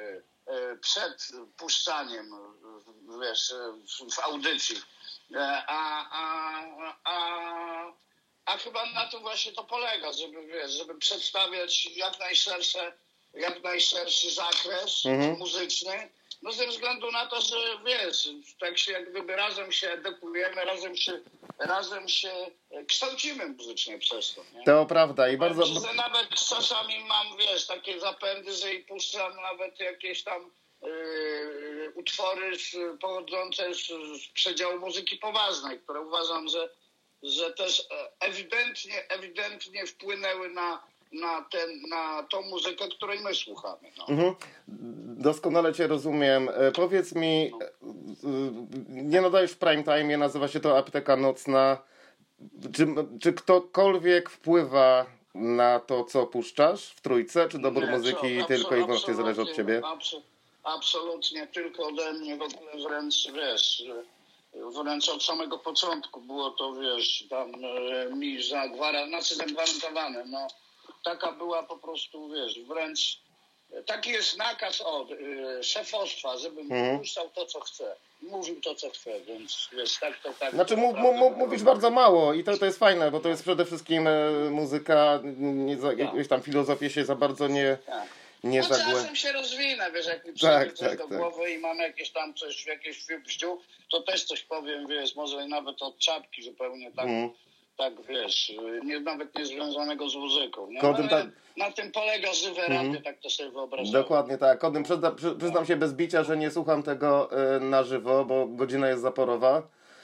przed puszczaniem, wiesz, w audycji. A, a, a, a chyba na tym właśnie to polega, żeby, wiesz, żeby przedstawiać jak najszersze jak najszerszy zakres mhm. muzyczny, no ze względu na to, że wiesz, tak się jak gdyby razem się edukujemy, razem się, razem się kształcimy muzycznie przez to. Nie? To prawda i bardzo... Że nawet czasami mam, wiesz, takie zapędy, że i puszczam nawet jakieś tam yy, utwory z, pochodzące z, z przedziału muzyki poważnej, które uważam, że, że też ewidentnie, ewidentnie wpłynęły na Na, ten, na tą muzykę, której my słuchamy. No. Mhm. Doskonale Cię rozumiem. Powiedz mi, nie nadajesz w prime time, nazywa się to Apteka Nocna. Czy, czy ktokolwiek wpływa na to, co puszczasz w Trójce, czy dobór nie, muzyki co, tylko i wyłącznie zależy od Ciebie? Abso, absolutnie tylko ode mnie, w ogóle wręcz, wiesz, wręcz od samego początku było to, wiesz, tam e, mi zagwarantowane, znaczy zagwarantowane, no. Taka była po prostu, wiesz, wręcz taki jest nakaz od y, szefostwa, żebym hmm. puszczał to, co chcę. Mówił to, co chcę, więc wiesz, tak to tak. Znaczy mów, mów, mówisz bardzo mało i to, to jest fajne, bo to jest przede wszystkim e, muzyka, nie, za, jakieś tam filozofię się za bardzo nie, tak. nie no zagłębia. czasem się rozwinę, wiesz, jak mi przyjdzie tak, coś tak, do tak. głowy i mam jakieś tam coś, jakieś bździu, to też coś powiem, wiesz, może nawet od czapki zupełnie tak. Hmm. Tak, wiesz, nie, nawet nie związanego z muzyką. No, ale ta... na tym polega żywe radio, mm-hmm. tak to sobie wyobrażam. Dokładnie tak. Kodym, przyzna, przy, przyznam się bez bicia, że nie słucham tego y, na żywo, bo godzina jest zaporowa,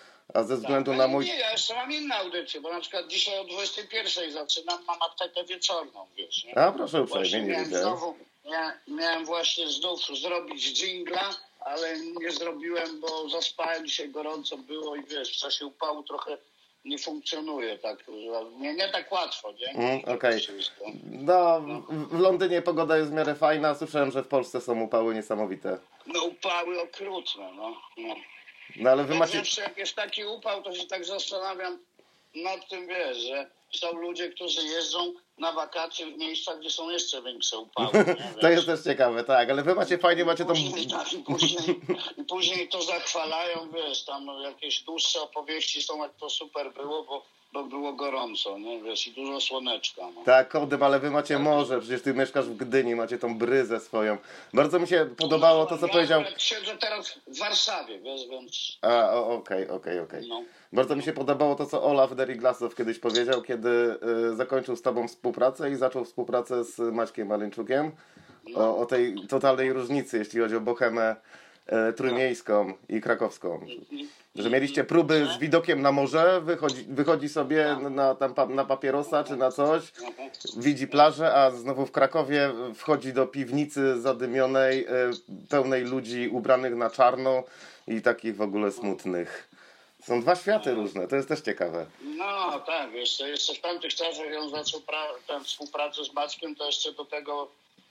a ze względu tak, na mój... Nie, ja jeszcze mam inne audycje, bo na przykład dzisiaj o dwudziestej pierwszej zaczynam, mam aptekę wieczorną, wiesz. Nie? A proszę uprzejmie, nie miałem wiedziałem. Znowu, ja, miałem właśnie znów zrobić dżingla, ale nie zrobiłem, bo zaspałem, dzisiaj gorąco było i wiesz, w czasie upału trochę nie funkcjonuje tak, nie, nie tak łatwo, nie? Mm, Okej. Okay. No, w, w Londynie pogoda jest w miarę fajna, słyszałem, że w Polsce są upały niesamowite. No upały okrutne, no. No, no ale wy ja macie... Zawsze jak jest taki upał, to się tak zastanawiam nad tym, wiesz, że są ludzie, którzy jeżdżą na wakacje w miejscach, gdzie są jeszcze większe upały. To jest też ciekawe, tak, ale wy macie fajnie, macie tą... Później, tak, i, później, I później to zachwalają, wiesz, tam jakieś dłuższe opowieści są, jak to super było, bo, bo było gorąco, nie, wiesz, i dużo słoneczka. No. Tak, Kodym, ale wy macie morze, przecież ty mieszkasz w Gdyni, macie tą bryzę swoją. Bardzo mi się podobało no, to, co ja powiedział... siedzę teraz w Warszawie, wiesz, więc... A, okej, okej, okej. Bardzo mi się podobało to, co Olaf Deriglasow kiedyś powiedział, kiedy y, zakończył z tobą współpracę i zaczął współpracę z Maćkiem Maleńczukiem. No. O, o tej totalnej różnicy, jeśli chodzi o bohemę y, trójmiejską no. i krakowską. Że mieliście próby z widokiem na morze, wychodzi, wychodzi sobie na, tam, na papierosa czy na coś, widzi plażę, a znowu w Krakowie wchodzi do piwnicy zadymionej, y, pełnej ludzi ubranych na czarno i takich w ogóle smutnych. Są dwa światy różne, to jest też ciekawe. No tak, jeszcze, jeszcze w tamtych czasach, jak on zaczął pra- tę współpracę z Maćkiem, to jeszcze do tego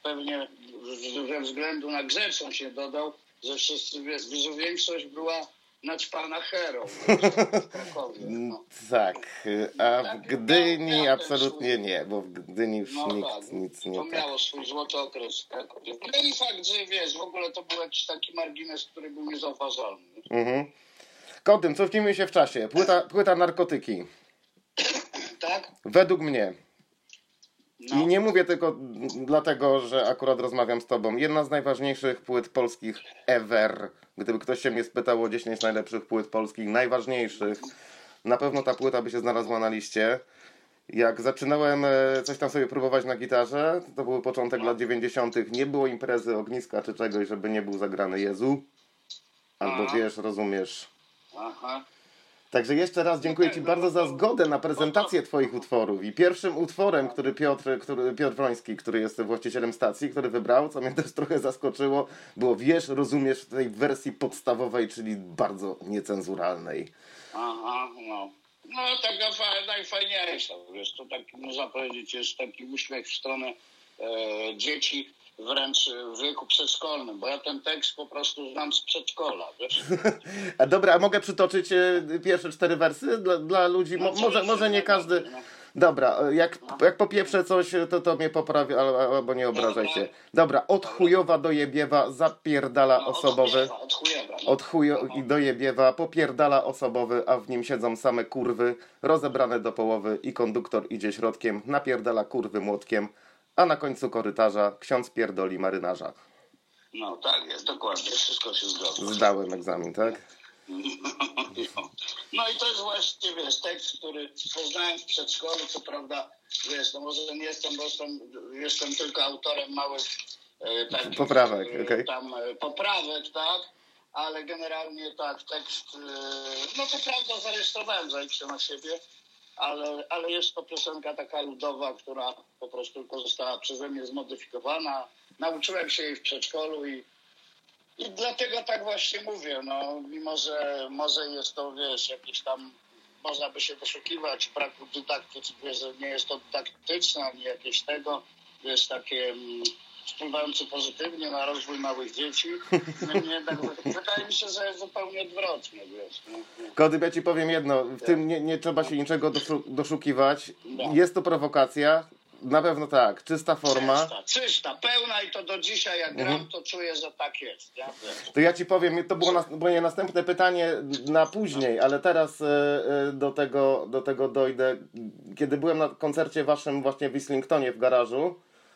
pewnie ze względu na grzeczność się dodał, że wszyscy, wiesz, że większość była naćpana herą. W Krakowie, no. Tak, a w Tak, Gdyni miał- miał ten absolutnie swój- nie, bo w Gdyni już No nikt tak, nic to nie tak. miało swój złoty okres w Krakowie. No i fakt, że wiesz, w ogóle to był jakiś taki margines, który był niezauważalny. Mhm. Kodym, cofnijmy się w czasie. Płyta, płyta Narkotyki. Tak? Według mnie. No. I nie mówię tylko dlatego, że akurat rozmawiam z tobą. Jedna z najważniejszych płyt polskich ever. Gdyby ktoś się mnie spytał o dziesięć najlepszych płyt polskich, najważniejszych, na pewno ta płyta by się znalazła na liście. Jak zaczynałem e, coś tam sobie próbować na gitarze, to był początek lat dziewięćdziesiątych. Nie było imprezy, ogniska czy czegoś, żeby nie był zagrany Jezu. Albo Aha. wiesz, rozumiesz. Aha. Także jeszcze raz dziękuję Ci bardzo za zgodę na prezentację Twoich utworów. I pierwszym utworem, który Piotr, który, Piotr Wroński, który jest właścicielem stacji, który wybrał, co mnie też trochę zaskoczyło, było Wiesz, rozumiesz w tej wersji podstawowej, czyli bardzo niecenzuralnej. Aha, no. No taka fa- najfajniejsza, wiesz, to taki, można powiedzieć, jest taki uśmiech w stronę e, dzieci wręcz w wieku przedszkolnym, bo ja ten tekst po prostu znam z przedszkola, wiesz. A dobra, a mogę przytoczyć e, pierwsze cztery wersy dla, dla ludzi? Mo, No, może, oczywiście, może nie no, każdy... no. Dobra, e, jak, jak popieprzę coś, to to mnie poprawi, albo, albo nie obrażaj się. Dobra, od chujowa do jebiewa zapierdala No, osobowy. Od chujowa, od chujowa, no. Od chujo i do jebiewa popierdala osobowy, a w nim siedzą same kurwy, rozebrane do połowy i konduktor idzie środkiem, napierdala kurwy młotkiem, a na końcu korytarza ksiądz pierdoli marynarza. No tak jest, dokładnie, wszystko się zgadza. Zdałem egzamin, tak? No i to jest właśnie, wiesz, tekst, który poznałem w przedszkolu, co prawda, wiesz, no może nie jestem, bo jestem, jestem tylko autorem małych e, takich Poprawek, e, okej. tam e, poprawek, tak, ale generalnie tak, tekst, e, no to prawda, zarejestrowałem, zajść się na siebie, ale, ale jest to piosenka taka ludowa, która po prostu tylko została przeze mnie zmodyfikowana. Nauczyłem się jej w przedszkolu i I dlatego tak właśnie mówię, no mimo, że może jest to, wiesz, jakieś tam, można by się doszukiwać braku dydaktyki, wiesz, że nie jest to dydaktyczne, ani jakieś tego, wiesz, takie mm, wpływające pozytywnie na rozwój małych dzieci. Niemniej jednak wydaje mi się, że jest zupełnie odwrotnie, wiesz. No, no. Kody, ja Ci powiem jedno, w tym nie, nie trzeba się niczego doszu doszukiwać. No. Jest to prowokacja, na pewno tak, czysta forma. Czysta, czysta, pełna i to do dzisiaj jak gram, to czuję, że tak jest, nie? Wiesz. To ja Ci powiem, to było nas, moje następne pytanie na później, ale teraz e, e, do, tego, do tego dojdę. Kiedy byłem na koncercie Waszym właśnie w Islingtonie w garażu,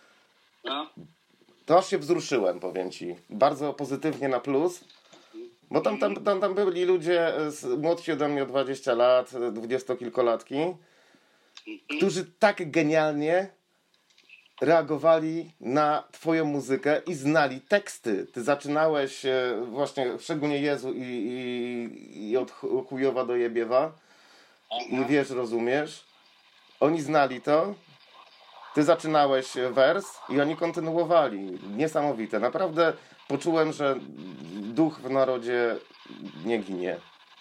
No. to aż się wzruszyłem, powiem Ci. Bardzo pozytywnie na plus. Bo tam, tam, tam, tam byli ludzie z, młodsi ode mnie o dwadzieścia lat, dwudziestokilkolatki, którzy tak genialnie reagowali na Twoją muzykę i znali teksty. Ty zaczynałeś e, właśnie, szczególnie Jezu i, i, i od chu- chujowa do jebiewa. I wiesz, rozumiesz. Oni znali to. Ty zaczynałeś wers i oni kontynuowali. Niesamowite. Naprawdę poczułem, że duch w narodzie nie ginie.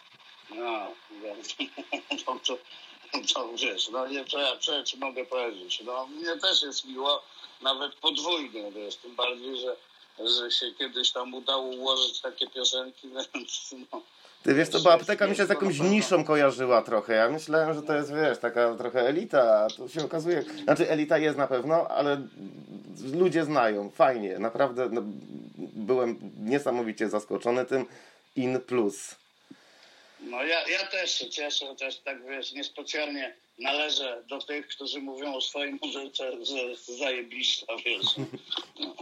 No, wiesz, to, to, to wiesz, no nie, to ja, co ja ci mogę powiedzieć, no mnie też jest miło, nawet podwójnie, wiesz, tym bardziej, że, że się kiedyś tam udało ułożyć takie piosenki, więc no. Ty wiesz co, bo apteka mi się z jakąś niszą kojarzyła trochę. Ja myślałem, że to jest, wiesz, taka trochę elita, a tu się okazuje... Znaczy elita jest na pewno, ale ludzie znają, fajnie, naprawdę no, byłem niesamowicie zaskoczony tym in plus. No ja, ja też się cieszę, też tak wiesz, niespecjalnie należę do tych, którzy mówią o swojej muzyce, że zajebiszcza, wiesz. No.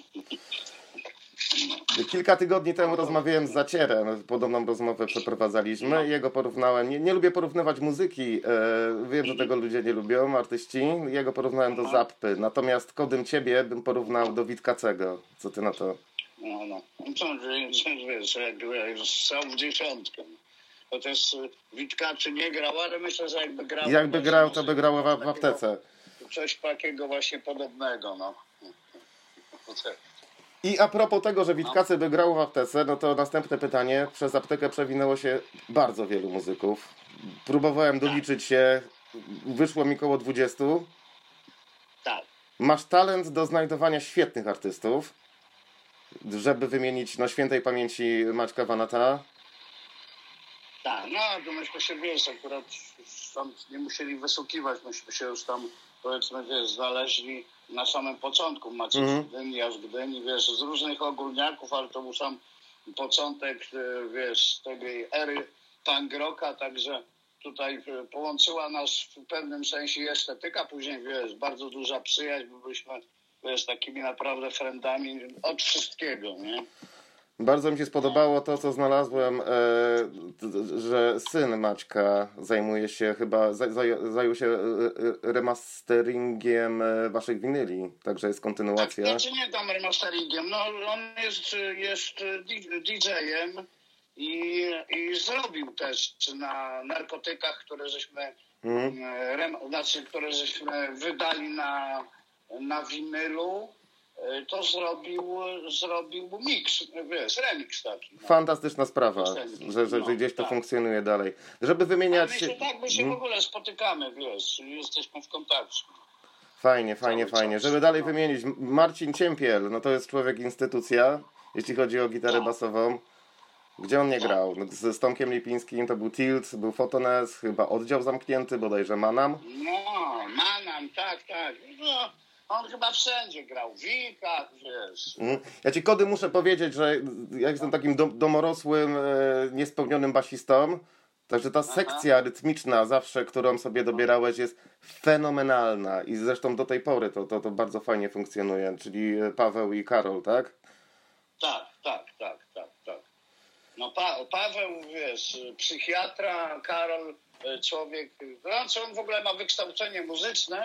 Kilka tygodni temu rozmawiałem z Zacierem, podobną rozmowę przeprowadzaliśmy. Jego porównałem, nie, nie lubię porównywać muzyki, e, wiem, że tego ludzie nie lubią, artyści. Jego porównałem do Zappy, natomiast Kodym Ciebie bym porównał do Witkacego. Co ty na to? No, no. Co, wiesz, jakby jak strzał w dziesiątkę. Chociaż Witkaczy nie grał, ale myślę, że jakby grał... Jakby to grał, może to by grało w, w takiego- aptece. Coś takiego właśnie podobnego, no. I a propos tego, że Witkacy by grał w aptece, no to następne pytanie. Przez aptekę przewinęło się bardzo wielu muzyków. Próbowałem doliczyć się, wyszło mi koło dwudziestu. Tak. Masz talent do znajdowania świetnych artystów, żeby wymienić no świętej pamięci Maćka Vanata. Tak, no to myśmy się, wiesz, akurat tam nie musieli wysłuchiwać, myśmy się już tam, powiedzmy, wiesz, znaleźli na samym początku. Maciej Mhm. z Gdyni, ja z Gdyni, wiesz, z różnych ogólniaków, ale to był sam początek, e, wiesz, tej ery punk rocka, także tutaj e, połączyła nas w pewnym sensie estetyka, później, wiesz, bardzo duża przyjaźń, bo byliśmy, wiesz, takimi naprawdę friendami od wszystkiego, nie? Bardzo mi się spodobało to, co znalazłem, e, d- że syn Maćka zajmuje się chyba, za, zaj- zajął się e, e, remasteringiem e, waszych winyli, także jest kontynuacja. Znaczy nie tam remasteringiem, no on jest, jest D J-em i, i zrobił też na narkotykach, które żeśmy, Mhm. e, rem, znaczy, które żeśmy wydali na, na winylu, e, to zrobił, zrobił miks, wiesz, remix taki. No. Fantastyczna sprawa, że, że, No, że gdzieś to tak. funkcjonuje dalej. Żeby A wymieniać... my się tak, my się w Mhm. ogóle spotykamy, wiesz, jesteśmy w kontakcie. Fajnie, fajnie, Cały fajnie. czas. Żeby dalej No. wymienić, Marcin Ciempiel, no to jest człowiek instytucja, jeśli chodzi o gitarę Tak. basową. Gdzie on nie Tak. grał? No, z, z Tomkiem Lipińskim to był Tilt, był Fotones, chyba Oddział Zamknięty, bodajże Manam. No, Manam, tak, tak. No, on chyba wszędzie grał, w Wilkach, wiesz. Mhm. Ja ci Kody muszę powiedzieć, że ja jestem takim dom, domorosłym, e, niespełnionym basistą, także ta sekcja rytmiczna zawsze, którą sobie dobierałeś, jest fenomenalna i zresztą do tej pory to, to, to bardzo fajnie funkcjonuje, czyli Paweł i Karol, tak? Tak, tak, tak, tak, tak. No pa, Paweł, wiesz, psychiatra, Karol, e, człowiek, znaczy on w ogóle ma wykształcenie muzyczne,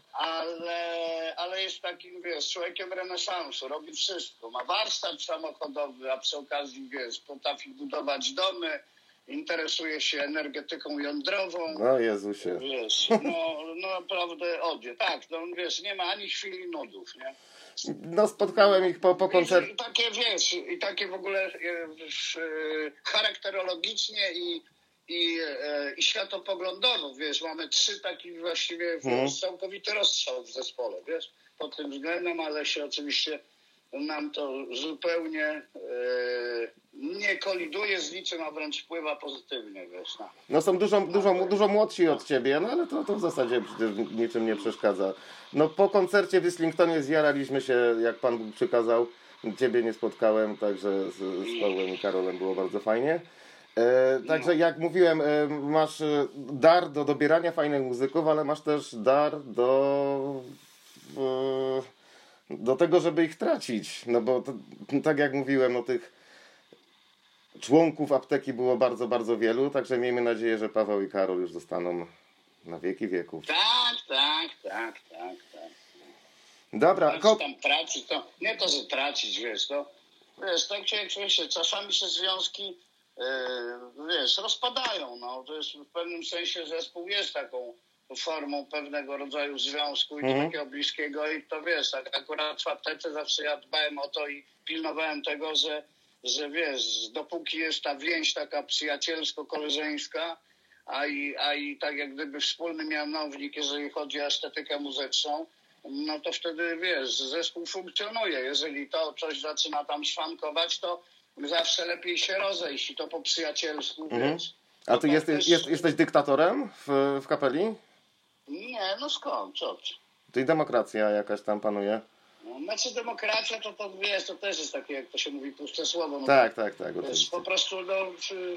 ale, ale jest takim, wiesz, człowiekiem renesansu, robi wszystko. Ma warsztat samochodowy, a przy okazji, wiesz, potrafi budować domy, interesuje się energetyką jądrową. No Jezusie. Wiesz, no, no naprawdę oddzie. Tak, no wiesz, nie ma ani chwili nudów, nie? No spotkałem ich po, po koncercie. I, I takie, wiesz, i takie w ogóle e, wiesz, e, charakterologicznie i, i, e, i światopoglądowo, wiesz, mamy trzy takie właściwie, Mhm. wiesz, całkowity rozstrzał w zespole, wiesz, pod tym względem, ale się oczywiście nam to zupełnie e, nie koliduje z niczym, a wręcz wpływa pozytywnie, wiesz, no. No są dużo, dużo, dużo młodsi od ciebie, no ale to, to w zasadzie przecież niczym nie przeszkadza. No po koncercie w Islingtonie zjaraliśmy się, jak Pan Bóg przykazał. Ciebie nie spotkałem, także z, z Pawłem i Karolem było bardzo fajnie. E, także jak mówiłem, e, masz e, dar do dobierania fajnych muzyków, ale masz też dar do... E, do tego, żeby ich tracić. No bo to, tak jak mówiłem, no tych członków apteki było bardzo, bardzo wielu, także miejmy nadzieję, że Paweł i Karol już zostaną na wieki wieków. Tak, tak, tak, tak, tak. Dobra, Jak ko- tam tracić, to nie to, że tracić, wiesz, to wiesz, tak się, jak się, czasami się związki, yy, wiesz, rozpadają, no, to jest w pewnym sensie zespół jest taką formą pewnego rodzaju związku i Mhm. takiego bliskiego i to wiesz, tak akurat w aptece zawsze ja dbałem o to i pilnowałem tego, że, że wiesz, dopóki jest ta więź taka przyjacielsko-koleżeńska, a i, a i tak jak gdyby wspólny mianownik, jeżeli chodzi o estetykę muzyczną, no to wtedy, wiesz, zespół funkcjonuje. Jeżeli to coś zaczyna tam szwankować, to zawsze lepiej się rozejść i to po przyjacielsku, Mhm. wiesz. A ty tak jesteś, też- jest, jesteś dyktatorem w, w kapeli? Nie, no skąd, co ty? Czyli demokracja jakaś tam panuje? No, znaczy demokracja to, to wiesz, to też jest takie, jak to się mówi, puste słowo. No, Tak, tak, tak, wiesz, oczywiście. po prostu, no, czy,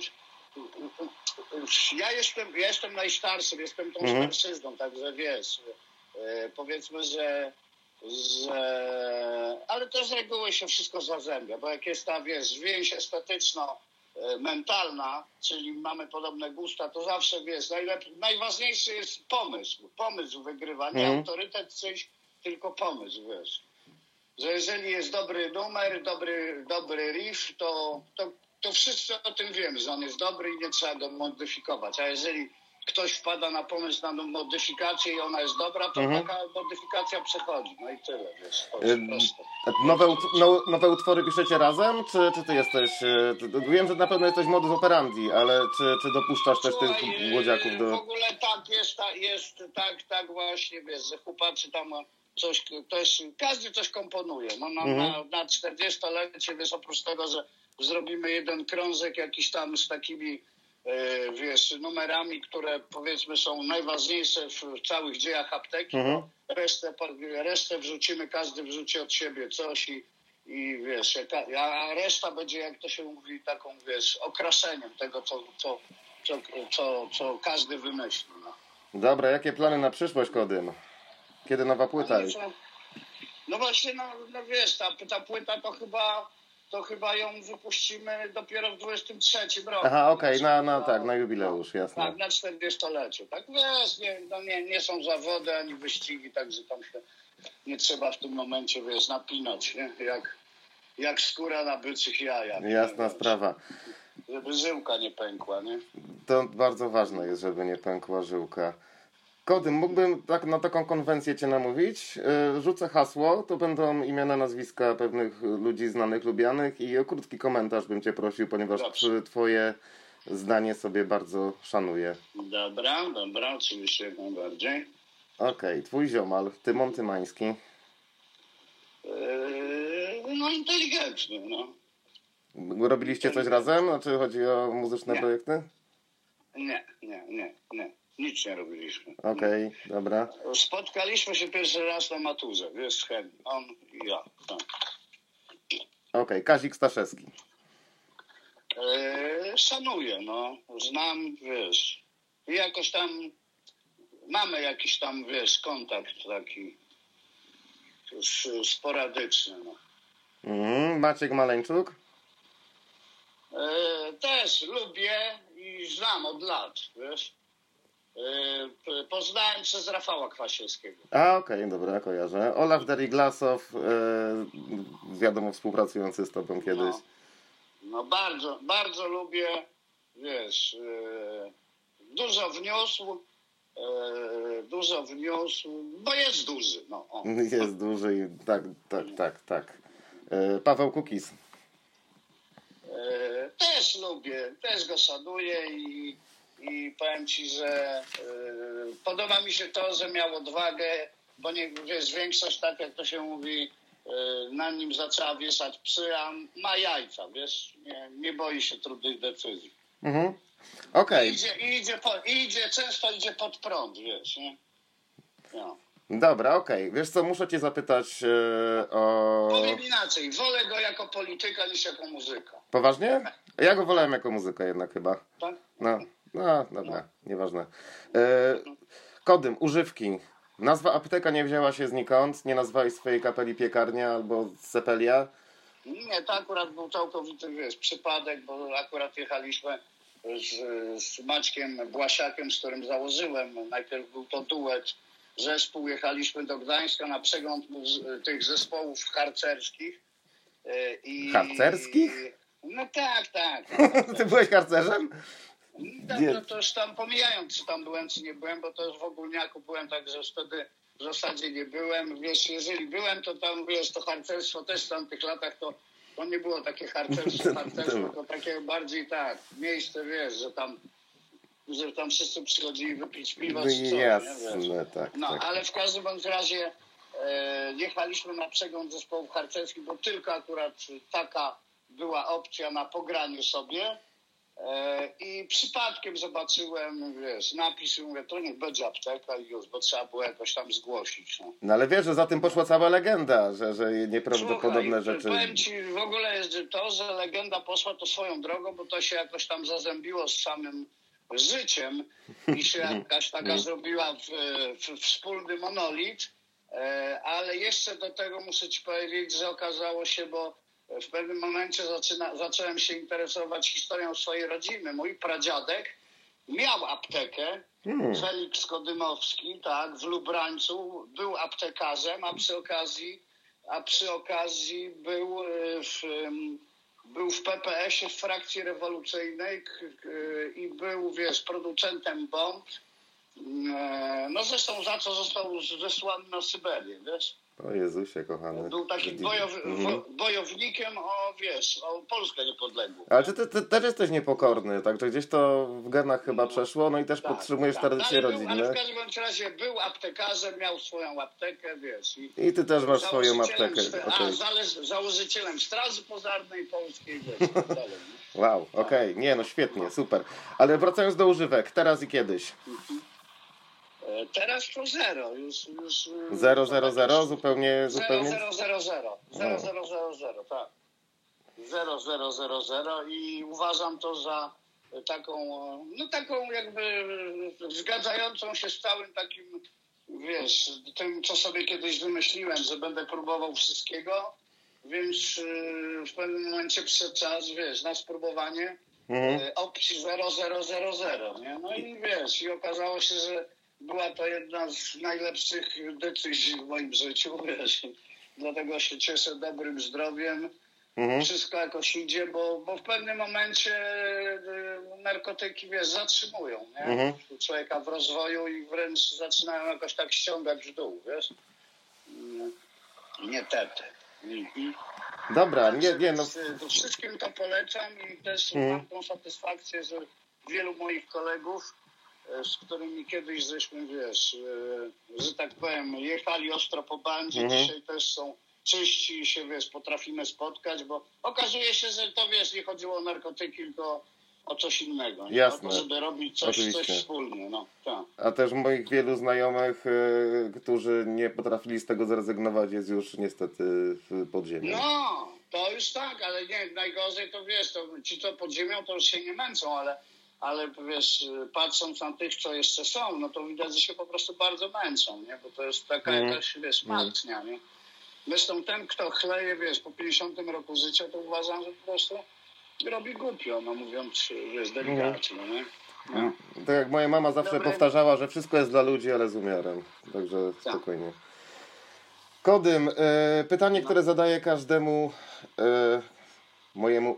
ja jestem, ja jestem najstarszym, jestem tą Mhm. starszyzną, także wiesz, e, powiedzmy, że, że, ale to z reguły się wszystko zazębia, bo jak jest ta, wiesz, więź estetyczno-mentalna, czyli mamy podobne gusta, to zawsze, wiesz, najlep- najważniejszy jest pomysł, pomysł wygrywa, nie Mhm. autorytet czyjś, tylko pomysł, wiesz. Że jeżeli jest dobry numer, dobry, dobry riff, to, to, to wszyscy o tym wiemy, że on jest dobry i nie trzeba go modyfikować. A jeżeli ktoś wpada na pomysł na modyfikację i ona jest dobra, to Mhm. taka modyfikacja przechodzi. No i tyle, wiesz, to jest Ym, proste. Nowe, ut- no, nowe utwory piszecie razem, czy, czy ty jesteś... e, ty- Wiem, że na pewno jesteś modus operandi, ale czy, czy dopuszczasz też tych Słuchaj, młodziaków W do... ogóle tak jest, ta, jest tak, tak właśnie, wiesz, że chłopacy tam coś też, każdy coś komponuje. No, na, Mhm. na, na czterdziestolecie, wiesz, oprócz tego, że zrobimy jeden krążek jakiś tam z takimi, e, wiesz, numerami, które powiedzmy są najważniejsze w, w całych dziejach apteki, Mhm. to resztę, resztę wrzucimy, każdy wrzuci od siebie coś i, i wiesz, jaka, a reszta będzie, jak to się mówi, taką, wiesz, okraszeniem tego, co, co, co, co, co każdy wymyśli. No. Dobra, jakie plany na przyszłość, Kodym? Kiedy nowa płyta? No, co? No właśnie, no, no wiesz, ta, ta płyta to chyba, to chyba ją wypuścimy dopiero w dwudziestym trzecim roku. Aha, okej, Znaczy, na, na, tak, na jubileusz, jasne. Tak, na czterdziestoleciu. Tak wiesz, nie, no nie, nie są zawody ani wyścigi, także tam się nie trzeba w tym momencie, wiesz, napinać, nie? Jak, jak skóra na byczych jajach. Jasna wiesz, sprawa. Żeby żyłka nie pękła, nie? To bardzo ważne jest, żeby nie pękła żyłka. Kodym, mógłbym tak na taką konwencję cię namówić. Yy, Rzucę hasło, to będą imiona, nazwiska pewnych ludzi znanych, lubianych i o krótki komentarz bym cię prosił, ponieważ Dobrze. twoje zdanie sobie bardzo szanuję. Dobra, dobra, oczywiście jak najbardziej. Okej, twój ziomal, Tymon Tymański. Yy, no inteligentny, no. Robiliście coś razem? Znaczy chodzi o muzyczne Nie. projekty? Nie, nie, nie, nie. Nic nie robiliśmy. Okej, dobra. Spotkaliśmy się pierwszy raz na maturze, wiesz, z chemii. On i ja. Tak. Okej, Kazik Staszewski. Eee, szanuję, no. Znam, wiesz. I jakoś tam mamy jakiś tam, wiesz, kontakt taki s- sporadyczny, no. Mhm. Maciek Maleńczuk. Eee, też lubię i znam od lat, wiesz. Eee, p- poznałem przez Rafała Kwasiewskiego. A, okej, dobra, kojarzę. Olaf Deriglasow, e, wiadomo, współpracujący z tobą kiedyś. No. No bardzo, bardzo lubię, wiesz, e, dużo wniósł, e, dużo wniósł, bo jest duży, no. O. Jest duży i tak, tak, tak, tak. E, Paweł Kukiz. E, też lubię, też go szanuję i, i powiem ci, że e, podoba mi się to, że miał odwagę, bo nie, wiesz, większość, tak jak to się mówi, e, na nim zaczęła wieszać psy, a ma jajca, wiesz, nie, nie boi się trudnych decyzji. Mhm. Okej, Idzie, idzie, po, idzie, często idzie pod prąd, wiesz, nie? No. dobra, okej. Wiesz co, muszę cię zapytać e, o... Powiem inaczej, wolę go jako polityka niż jako muzyka. Poważnie? Ja go wolałem jako muzykę jednak chyba. Tak? No, no, dobra, nieważne. E, Kodym, używki. Nazwa apteka nie wzięła się znikąd, nie nazwałeś swojej kapeli piekarnia albo sepelia. Nie, to akurat był całkowity, wiesz, przypadek, bo akurat jechaliśmy z, z Maćkiem Błasiakiem, z którym założyłem. Najpierw był to duet, zespół. Jechaliśmy do Gdańska na przegląd z, tych zespołów harcerskich. E, I, Harcerskich? No tak, tak. Ty byłeś harcerzem? Tak, no to już tam pomijając, czy tam byłem, czy nie byłem, bo to już w ogólniaku byłem, także już wtedy w zasadzie nie byłem. Wiesz, jeżeli byłem, to tam, wiesz, to harcerstwo też w tamtych latach to, to nie było takie harcerstwo, harcerstwo, to takie bardziej tak, miejsce, wiesz, że tam, że tam wszyscy przychodzili wypić piwo, czy coś, nie, wiesz. Jasne, tak, No, tak. ale w każdym bądź razie e, jechaliśmy na przegląd zespołów harcerskich, bo tylko akurat taka była opcja na pogranie sobie. E, I przypadkiem zobaczyłem, wiesz, napis i mówię, to niech będzie apteka i już, bo trzeba było jakoś tam zgłosić. No. No ale wiesz, że za tym poszła cała legenda, że, że nieprawdopodobne Słuchaj, rzeczy... powiem ci, w ogóle jest to, że legenda poszła to swoją drogą, bo to się jakoś tam zazębiło z samym życiem i się jakaś taka zrobiła w, w, wspólny monolit, e, ale jeszcze do tego muszę ci powiedzieć, że okazało się, bo w pewnym momencie zaczyna, zacząłem się interesować historią swojej rodziny. Mój pradziadek miał aptekę, Hmm. Felix Kodymowski, tak, w Lubrańcu, był aptekarzem, a przy okazji, a przy okazji był w, był w P P S ie w frakcji rewolucyjnej i był, wiesz, producentem bomb. No zresztą za co został zesłany na Syberię, wiesz? O Jezusie, kochany. Był takim bojow, mhm. bojownikiem o, wiesz, o Polskę niepodległą. Ale czy ty, ty też jesteś niepokorny, także gdzieś to w genach chyba przeszło, no i też Tak, podtrzymujesz tak. tradycje ale był, rodzinne. Ale w każdym bądź razie był aptekarzem, miał swoją aptekę, wiesz. I, I ty też masz swoją założycielem aptekę. stra- Okay. A, zależ, założycielem Straży Pożarnej Polskiej, wiesz, i tak dalej. nie? Wow, okej, okay. Nie no świetnie, super. Ale wracając do używek, teraz i kiedyś. E, Teraz to zero, już... już Zero, zero, zero, zupełnie, Zero, zupełnie... zero, zero, zero. Zero, zero, zero, zero, tak. Zero, zero, zero, zero i uważam to za taką, no taką jakby zgadzającą się z całym takim, wiesz, tym, co sobie kiedyś wymyśliłem, że będę próbował wszystkiego, więc yy, w pewnym momencie przyszedł czas, wiesz, na spróbowanie Mhm. yy, opcji zero, zero, zero, zero, nie? No i wiesz, i okazało się, że była to jedna z najlepszych decyzji w moim życiu, wiesz, dlatego się cieszę dobrym zdrowiem. Mhm. Wszystko jakoś idzie, bo, bo w pewnym momencie y, narkotyki, wiesz, zatrzymują, nie? Mhm. Człowieka w rozwoju i wręcz zaczynają jakoś tak ściągać w dół, wiesz? Y, Nie tety. I, i Dobra, nie, nie no... to wszystkim to polecam i też Mhm. mam tą satysfakcję, że wielu moich kolegów, y, z którymi kiedyś żeśmy, wiesz, y, że tak powiem, jechali ostro po bandzie, Mhm. dzisiaj też są czyści się, wiesz, potrafimy spotkać, bo okazuje się, że to, wiesz, nie chodziło o narkotyki, tylko o coś innego. Nie? Jasne. O to, żeby robić coś, coś Oczywiście. wspólnie, no, tak. A też moich wielu znajomych, y, którzy nie potrafili z tego zrezygnować, jest już niestety w podziemiu. No, to już tak, ale nie, najgorzej to, wiesz, to ci, co pod ziemią, to już się nie męczą, ale, ale wiesz, patrząc na tych, co jeszcze są, no to widać, że się po prostu bardzo męczą, nie? Bo to jest taka Mhm. jakaś, wiesz, matnia, nie? Zresztą ten, kto chleje, wiesz, po pięćdziesiątym roku życia, to uważam, że po prostu robi głupio, no mówiąc, wiesz, delikatnie, nie? No. Tak jak moja mama zawsze Dobre. powtarzała, że wszystko jest dla ludzi, ale z umiarem. Także Tak. spokojnie. Kodym, e, pytanie, No. które zadaję każdemu e, mojemu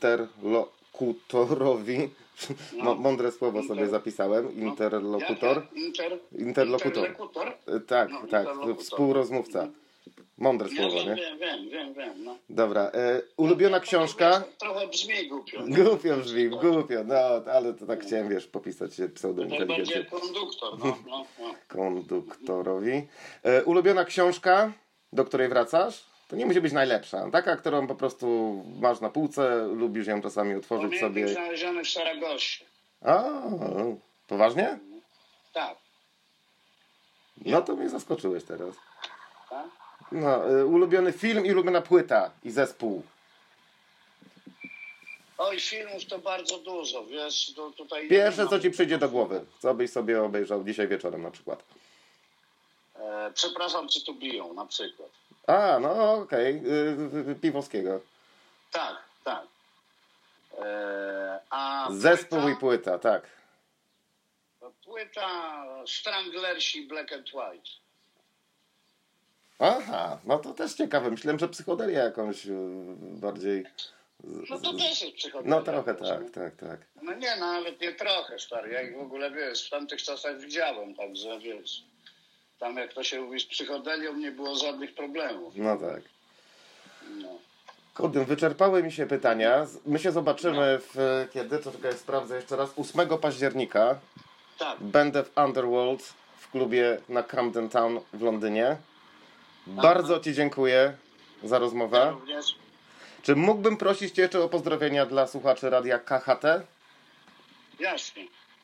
interlokutorowi. No. Mo- Mądre słowo sobie Inter- zapisałem. Interlokutor. Jak? Inter... Interlokutor. Interlokutor? E, Tak, No, tak. interlokutor. Współrozmówca. Mądre Ja słowo, wiem, nie? wiem, wiem, wiem, wiem, no. Dobra. E, ulubiona No, to, książka? wiesz, trochę brzmi głupio. Głupio brzmi, głupio. No, ale to tak chciałem, wiesz, popisać się pseudointeligencję. Najbardziej jak konduktor, no, no, no. Konduktorowi. E, ulubiona książka, do której wracasz? To nie musi być najlepsza. Taka, którą po prostu masz na półce, lubisz ją czasami otworzyć Pamiętnik sobie. znaleziony w Saragosie. A, poważnie? Tak, No to mnie zaskoczyłeś teraz. tak. No, e, ulubiony film i ulubiona płyta i zespół. Oj, filmów to bardzo dużo, wiesz, to tutaj... Pierwsze, co ci przyjdzie do głowy. Co byś sobie obejrzał dzisiaj wieczorem na przykład. E, przepraszam, czy tu biją, na przykład. A, no okej. Okay. Piwowskiego. Tak, tak. E, a Zespół płyta, i płyta, tak. płyta Stranglersi Black and White. Aha, no to też ciekawe. Myślałem, że psychodelię jakąś e, bardziej... z- No to z- też jest psychodelia. No trochę wiesz, tak, nie? tak, tak. No nie, no, nawet nie trochę, stary. Ja ich w ogóle, wiesz, w tamtych czasach widziałem, także, wiesz, tam jak to się mówi z psychodelią, nie było żadnych problemów. No tak. No. Kodym, wyczerpały mi się pytania. Z- My się zobaczymy w kiedy, to czekaj, sprawdzę jeszcze raz. ósmego października Tak, będę w Underworld w klubie na Camden Town w Londynie. Bardzo ci dziękuję za ja rozmowę. również. Czy mógłbym prosić cię jeszcze o pozdrowienia dla słuchaczy radia K H T? Jasnie.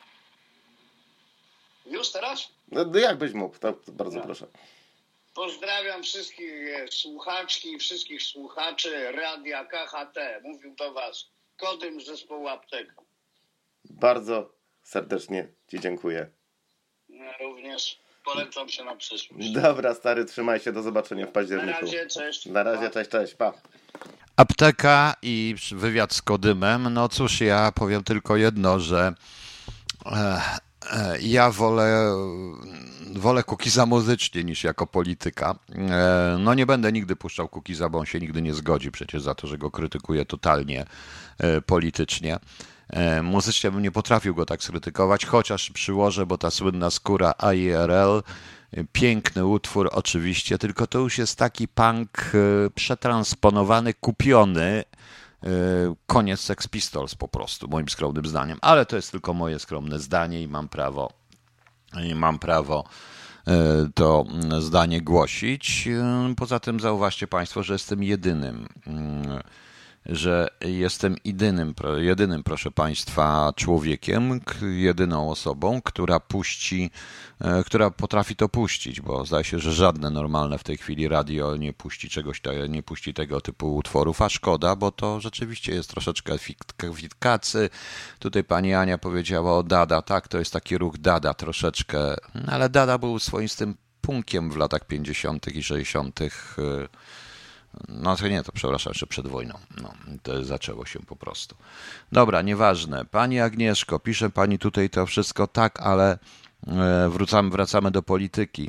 Już teraz? No, no jakbyś mógł, to bardzo No. proszę. Pozdrawiam wszystkich e, słuchaczki i wszystkich słuchaczy Radia K H T. Mówił do was Kodym z zespołu Apteka. Bardzo serdecznie ci dziękuję. Ja również polecam się na przyszłość. Dobra, stary, trzymaj się, do zobaczenia w Na październiku. razie, cześć. Na razie, Pa. cześć, cześć, pa. Apteka i wywiad z Kodymem. No cóż, ja powiem tylko jedno, że e, e, ja wolę, wolę Kukiza muzycznie niż jako polityka. E, no nie będę nigdy puszczał Kukiza, bo on się nigdy nie zgodzi przecież za to, że go krytykuję totalnie e, politycznie. E, muzycznie bym nie potrafił go tak skrytykować, chociaż przyłożę, bo ta słynna skóra A I R L Piękny utwór oczywiście, tylko to już jest taki punk przetransponowany, kupiony, koniec Sex Pistols po prostu, moim skromnym zdaniem, ale to jest tylko moje skromne zdanie i mam prawo, i mam prawo to zdanie głosić. Poza tym zauważcie Państwo, że jestem jedynym, że jestem jedynym, jedynym, proszę Państwa, człowiekiem, jedyną osobą, która puści, która potrafi to puścić, bo zdaje się, że żadne normalne w tej chwili radio nie puści czegoś, nie puści tego typu utworów, a szkoda, bo to rzeczywiście jest troszeczkę witkacy. Tutaj pani Ania powiedziała o Dada, tak, to jest taki ruch Dada troszeczkę, ale Dada był swoistym punkiem w latach pięćdziesiątych i sześćdziesiątych. No to nie, to przepraszam, jeszcze przed wojną. No, to zaczęło się po prostu. Dobra, nieważne. Pani Agnieszko, pisze pani tutaj to wszystko tak, ale wracamy, wracamy do polityki.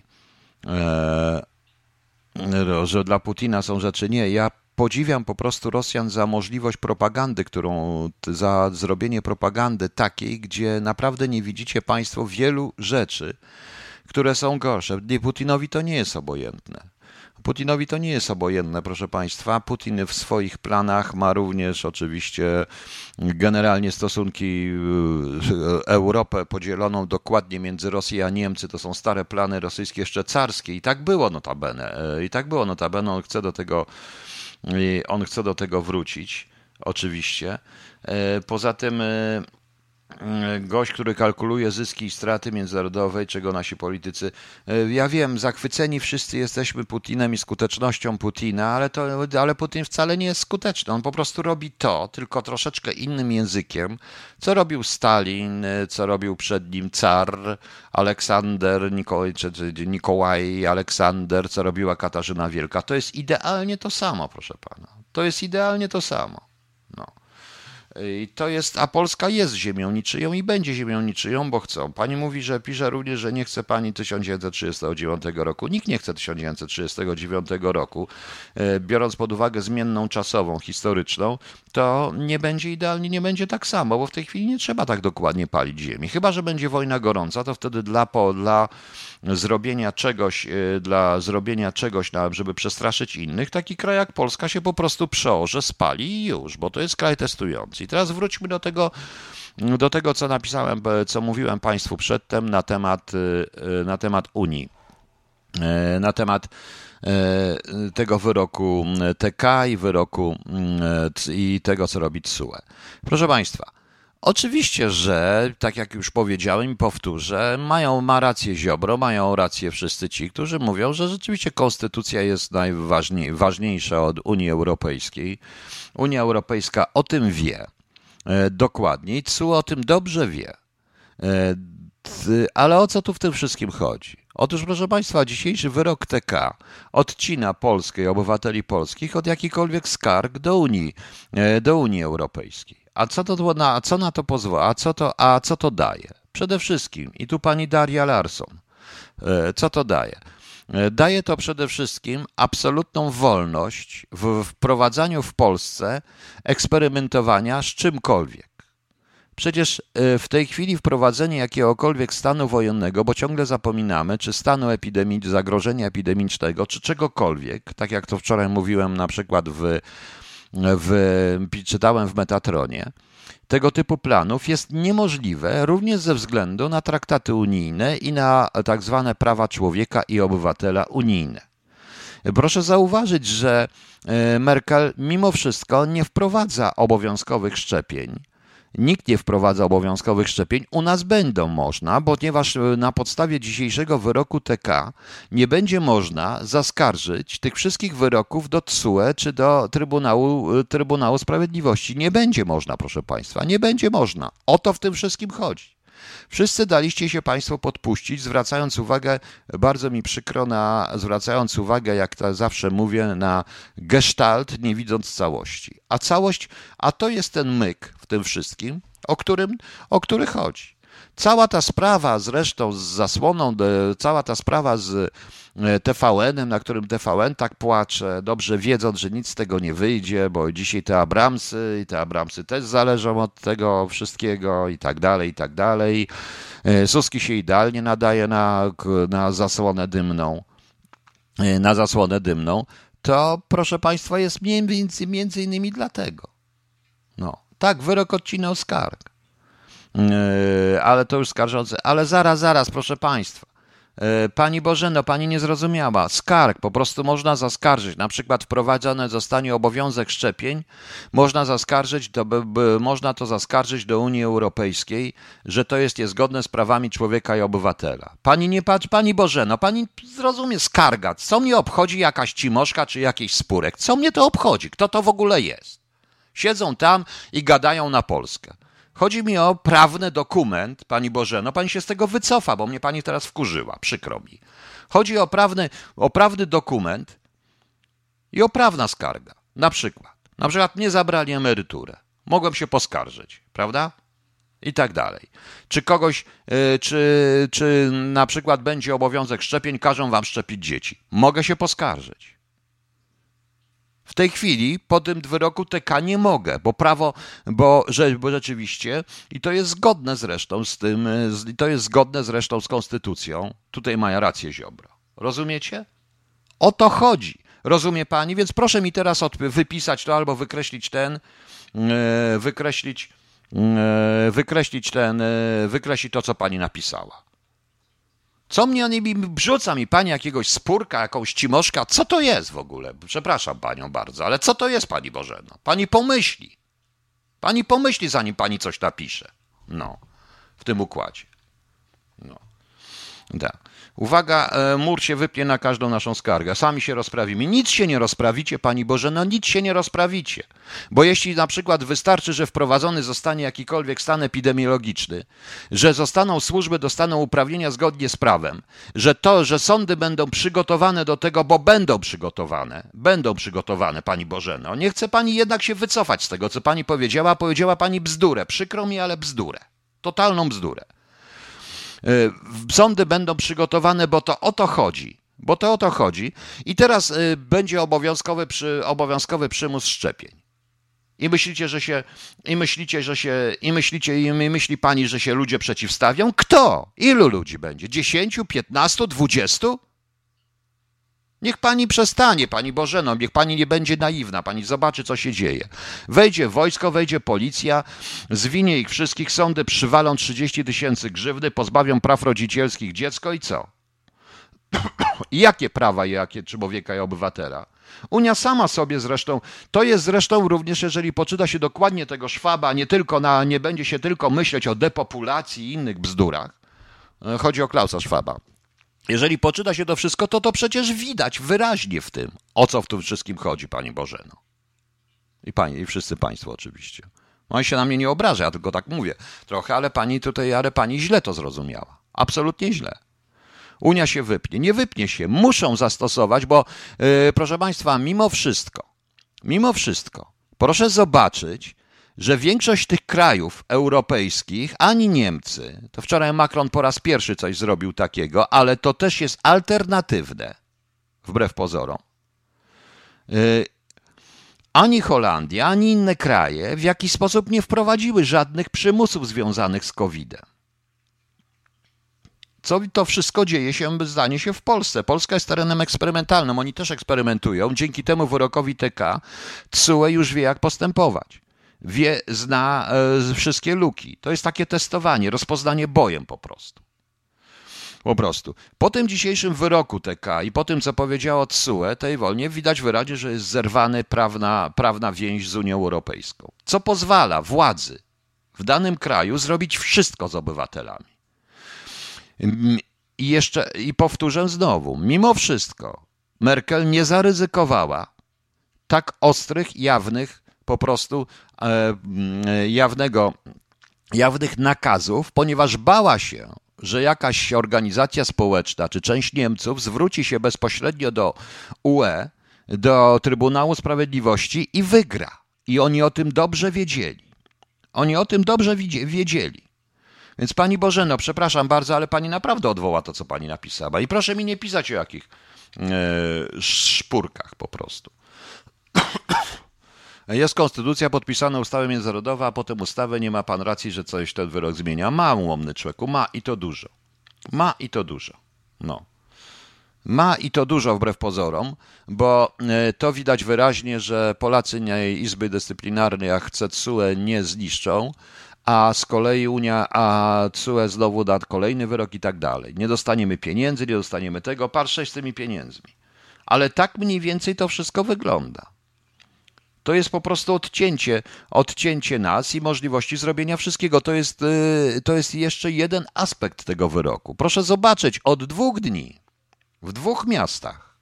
Że dla Putina są rzeczy nie. Ja podziwiam po prostu Rosjan za możliwość propagandy, którą, za zrobienie propagandy takiej, gdzie naprawdę nie widzicie państwo wielu rzeczy, które są gorsze. Putinowi to nie jest obojętne. Putinowi to nie jest obojętne, proszę Państwa. Putin w swoich planach ma również oczywiście generalnie stosunki Europę podzieloną dokładnie między Rosją a Niemcy. To są stare plany rosyjskie, jeszcze carskie i tak było notabene. I tak było notabene. On chce do tego, on chce do tego wrócić, oczywiście. Poza tym gość, który kalkuluje zyski i straty międzynarodowe, czego nasi politycy, ja wiem, zachwyceni wszyscy jesteśmy Putinem i skutecznością Putina, ale, to, ale Putin wcale nie jest skuteczny. On po prostu robi to, tylko troszeczkę innym językiem, co robił Stalin, co robił przed nim car Aleksander, Nikołaj, czy Nikołaj Aleksander, co robiła Katarzyna Wielka. To jest idealnie to samo, proszę pana. To jest idealnie to samo. No. I to jest, a Polska jest ziemią niczyją i będzie ziemią niczyją, bo chcą. Pani mówi, że pisze również, że nie chce pani tysiąc dziewięćset trzydziestego dziewiątego roku. Nikt nie chce tysiąc dziewięćset trzydziestego dziewiątego roku. Biorąc pod uwagę zmienną czasową, historyczną, to nie będzie idealnie, nie będzie tak samo, bo w tej chwili nie trzeba tak dokładnie palić ziemi. Chyba że będzie wojna gorąca, to wtedy dla, po, dla zrobienia czegoś, dla zrobienia czegoś, żeby przestraszyć innych, taki kraj jak Polska się po prostu przeorze, spali i już, bo to jest kraj testujący. I teraz wróćmy do tego, do tego, co napisałem, co mówiłem Państwu przedtem na temat, na temat Unii, na temat tego wyroku T K i wyroku i tego, co robi T S U E. Proszę Państwa, oczywiście, że tak jak już powiedziałem i powtórzę, mają, ma rację Ziobro, mają rację wszyscy ci, którzy mówią, że rzeczywiście konstytucja jest najważniejsza od Unii Europejskiej. Unia Europejska o tym wie dokładnie i T S U o tym dobrze wie. Ale o co tu w tym wszystkim chodzi? Otóż, proszę Państwa, dzisiejszy wyrok T K odcina Polskę i obywateli polskich od jakichkolwiek skarg do Unii, do Unii Europejskiej. A co to na, co na to pozwala? A co to, a co to daje? Przede wszystkim, i tu pani Daria Larsson, co to daje? Daje to przede wszystkim absolutną wolność w wprowadzaniu w Polsce eksperymentowania z czymkolwiek. Przecież w tej chwili wprowadzenie jakiegokolwiek stanu wojennego, bo ciągle zapominamy, czy stanu epidemii, zagrożenia epidemicznego, czy czegokolwiek, tak jak to wczoraj mówiłem na przykład w, w czytałem w Metatronie, tego typu planów jest niemożliwe również ze względu na traktaty unijne i na tak zwane prawa człowieka i obywatela unijne. Proszę zauważyć, że Merkel mimo wszystko nie wprowadza obowiązkowych szczepień. Nikt nie wprowadza obowiązkowych szczepień. U nas będą można, ponieważ na podstawie dzisiejszego wyroku T K nie będzie można zaskarżyć tych wszystkich wyroków do T S U E czy do Trybunału, Trybunału Sprawiedliwości. Nie będzie można, proszę Państwa, nie będzie można. O to w tym wszystkim chodzi. Wszyscy daliście się Państwo podpuścić, zwracając uwagę, bardzo mi przykro, na, zwracając uwagę, jak to zawsze mówię, na gestalt, nie widząc całości. A całość, a to jest ten myk w tym wszystkim, o którym, o który chodzi. Cała ta sprawa zresztą z zasłoną, cała ta sprawa z T V N-em, na którym T V N tak płacze, dobrze wiedząc, że nic z tego nie wyjdzie, bo dzisiaj te Abramsy i te Abramsy też zależą od tego wszystkiego i tak dalej, i tak dalej. Suski się idealnie nadaje na, na zasłonę dymną, na zasłonę dymną, to proszę Państwa jest między, między innymi dlatego. No, tak, wyrok odcinał skarg. Yy, ale to już skarżący. Ale zaraz, zaraz, proszę Państwa. Yy, pani Bożeno, Pani nie zrozumiała. Skarg po prostu można zaskarżyć. Na przykład wprowadzony zostanie obowiązek szczepień. Można zaskarżyć, to by, by, można to zaskarżyć do Unii Europejskiej, że to jest niezgodne z prawami człowieka i obywatela. Pani nie patrz, Pani Bożeno, Pani zrozumie skarga. Co mnie obchodzi jakaś cimoszka czy jakiś spórek? Co mnie to obchodzi? Kto to w ogóle jest? Siedzą tam i gadają na Polskę. Chodzi mi o prawny dokument, Pani Bożeno, Pani się z tego wycofa, bo mnie Pani teraz wkurzyła, przykro mi. Chodzi o prawny, o prawny dokument i o prawna skarga. Na przykład, na przykład mnie zabrali emeryturę, mogłem się poskarżyć, prawda? I tak dalej. Czy kogoś, yy, czy, czy na przykład będzie obowiązek szczepień, każą Wam szczepić dzieci. Mogę się poskarżyć. W tej chwili, po tym wyroku T K nie mogę, bo prawo, bo, że, bo rzeczywiście, i to jest zgodne zresztą z tym, z, to jest zgodne zresztą z konstytucją, tutaj ma rację Ziobro. Rozumiecie? O to chodzi. Rozumie Pani? Więc proszę mi teraz odp- wypisać to albo wykreślić ten, yy, wykreślić, yy, wykreślić ten, yy, wykreślić to, co Pani napisała. Co mnie oni brzuca mi Pani jakiegoś spórka, jakąś cimoszka? Co to jest w ogóle? Przepraszam Panią bardzo, ale co to jest Pani Bożeno? Pani pomyśli. Pani pomyśli, zanim Pani coś napisze. No, w tym układzie. No. Da. Uwaga, mur się wypnie na każdą naszą skargę. Sami się rozprawimy. Nic się nie rozprawicie, Pani Bożeno, nic się nie rozprawicie. Bo jeśli na przykład wystarczy, że wprowadzony zostanie jakikolwiek stan epidemiologiczny, że zostaną służby, dostaną uprawnienia zgodnie z prawem, że to, że sądy będą przygotowane do tego, bo będą przygotowane, będą przygotowane, Pani Bożeno. Nie chce Pani jednak się wycofać z tego, co Pani powiedziała. Powiedziała Pani bzdurę. Przykro mi, ale bzdurę. Totalną bzdurę. Sądy będą przygotowane, bo to o to chodzi. Bo to o to chodzi. I teraz będzie obowiązkowy, przy, obowiązkowy przymus szczepień. I myślicie, że się, i myślicie, że się, i myślicie, i myśli Pani, że się ludzie przeciwstawią? Kto? Ilu ludzi będzie? Dziesięciu, piętnastu, dwudziestu? Niech Pani przestanie, Pani Bożeno, niech Pani nie będzie naiwna, Pani zobaczy, co się dzieje. Wejdzie wojsko, wejdzie policja, zwinie ich wszystkich, sądy przywalą trzydzieści tysięcy grzywny, pozbawią praw rodzicielskich dziecko i co? I jakie prawa, jakie człowieka i obywatela? Unia sama sobie zresztą, to jest zresztą również, jeżeli poczyta się dokładnie tego Szwaba, nie tylko na, nie będzie się tylko myśleć o depopulacji i innych bzdurach, chodzi o Klausa Schwaba. Jeżeli poczyta się to wszystko, to to przecież widać wyraźnie w tym, o co w tym wszystkim chodzi, Pani Bożeno. I Pani, i wszyscy Państwo oczywiście. No i się na mnie nie obraża, ja tylko tak mówię trochę, ale Pani tutaj, ale Pani źle to zrozumiała. Absolutnie źle. Unia się wypnie. Nie wypnie się. Muszą zastosować, bo yy, proszę Państwa, mimo wszystko, mimo wszystko, proszę zobaczyć, że większość tych krajów europejskich, ani Niemcy, to wczoraj Macron po raz pierwszy coś zrobił takiego, ale to też jest alternatywne, wbrew pozorom. Yy, ani Holandia, ani inne kraje w jakiś sposób nie wprowadziły żadnych przymusów związanych z kowidem. Co to wszystko dzieje się, zdaje się, w Polsce. Polska jest terenem eksperymentalnym, oni też eksperymentują. Dzięki temu wyrokowi T K T S U E już wie, jak postępować. Wie, zna e, wszystkie luki. To jest takie testowanie, rozpoznanie bojem po prostu. Po prostu. Po tym dzisiejszym wyroku T K i po tym, co powiedziało T S U E, tej wolnie widać wyraźnie, że jest zerwany prawna, prawna więź z Unią Europejską. Co pozwala władzy w danym kraju zrobić wszystko z obywatelami. I jeszcze, i powtórzę znowu, mimo wszystko Merkel nie zaryzykowała tak ostrych, jawnych, po prostu e, jawnego, jawnych nakazów, ponieważ bała się, że jakaś organizacja społeczna czy część Niemców zwróci się bezpośrednio do U E, do Trybunału Sprawiedliwości i wygra. I oni o tym dobrze wiedzieli. Oni o tym dobrze wiedzieli. Więc pani Bożeno, przepraszam bardzo, ale pani naprawdę odwoła to, co pani napisała. I proszę mi nie pisać o jakich e, szpurkach po prostu. Jest konstytucja, podpisana ustawa międzynarodowa, a potem ustawę, nie ma pan racji, że coś ten wyrok zmienia. Ma, łomny człowieku, ma i to dużo. Ma i to dużo. No. Ma i to dużo wbrew pozorom, bo to widać wyraźnie, że Polacy Izby Dyscyplinarnej jak C E U E nie zniszczą, a z kolei Unia, a C E U E znowu da kolejny wyrok i tak dalej. Nie dostaniemy pieniędzy, nie dostaniemy tego, patrzeć z tymi pieniędzmi. Ale tak mniej więcej to wszystko wygląda. To jest po prostu odcięcie, odcięcie nas i możliwości zrobienia wszystkiego. To jest, to jest jeszcze jeden aspekt tego wyroku. Proszę zobaczyć, od dwóch dni w dwóch miastach.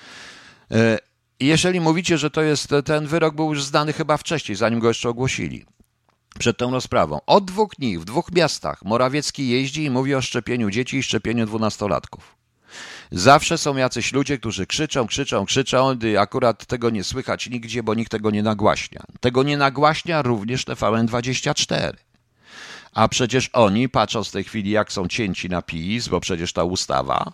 Jeżeli mówicie, że to jest, ten wyrok był już znany chyba wcześniej, zanim go jeszcze ogłosili, przed tą rozprawą. Od dwóch dni w dwóch miastach Morawiecki jeździ i mówi o szczepieniu dzieci i szczepieniu dwunastolatków. Zawsze są jacyś ludzie, którzy krzyczą, krzyczą, krzyczą, akurat tego nie słychać nigdzie, bo nikt tego nie nagłaśnia. Tego nie nagłaśnia również T V N dwadzieścia cztery. A przecież oni, patrząc w tej chwili, jak są cięci na PiS, bo przecież ta ustawa,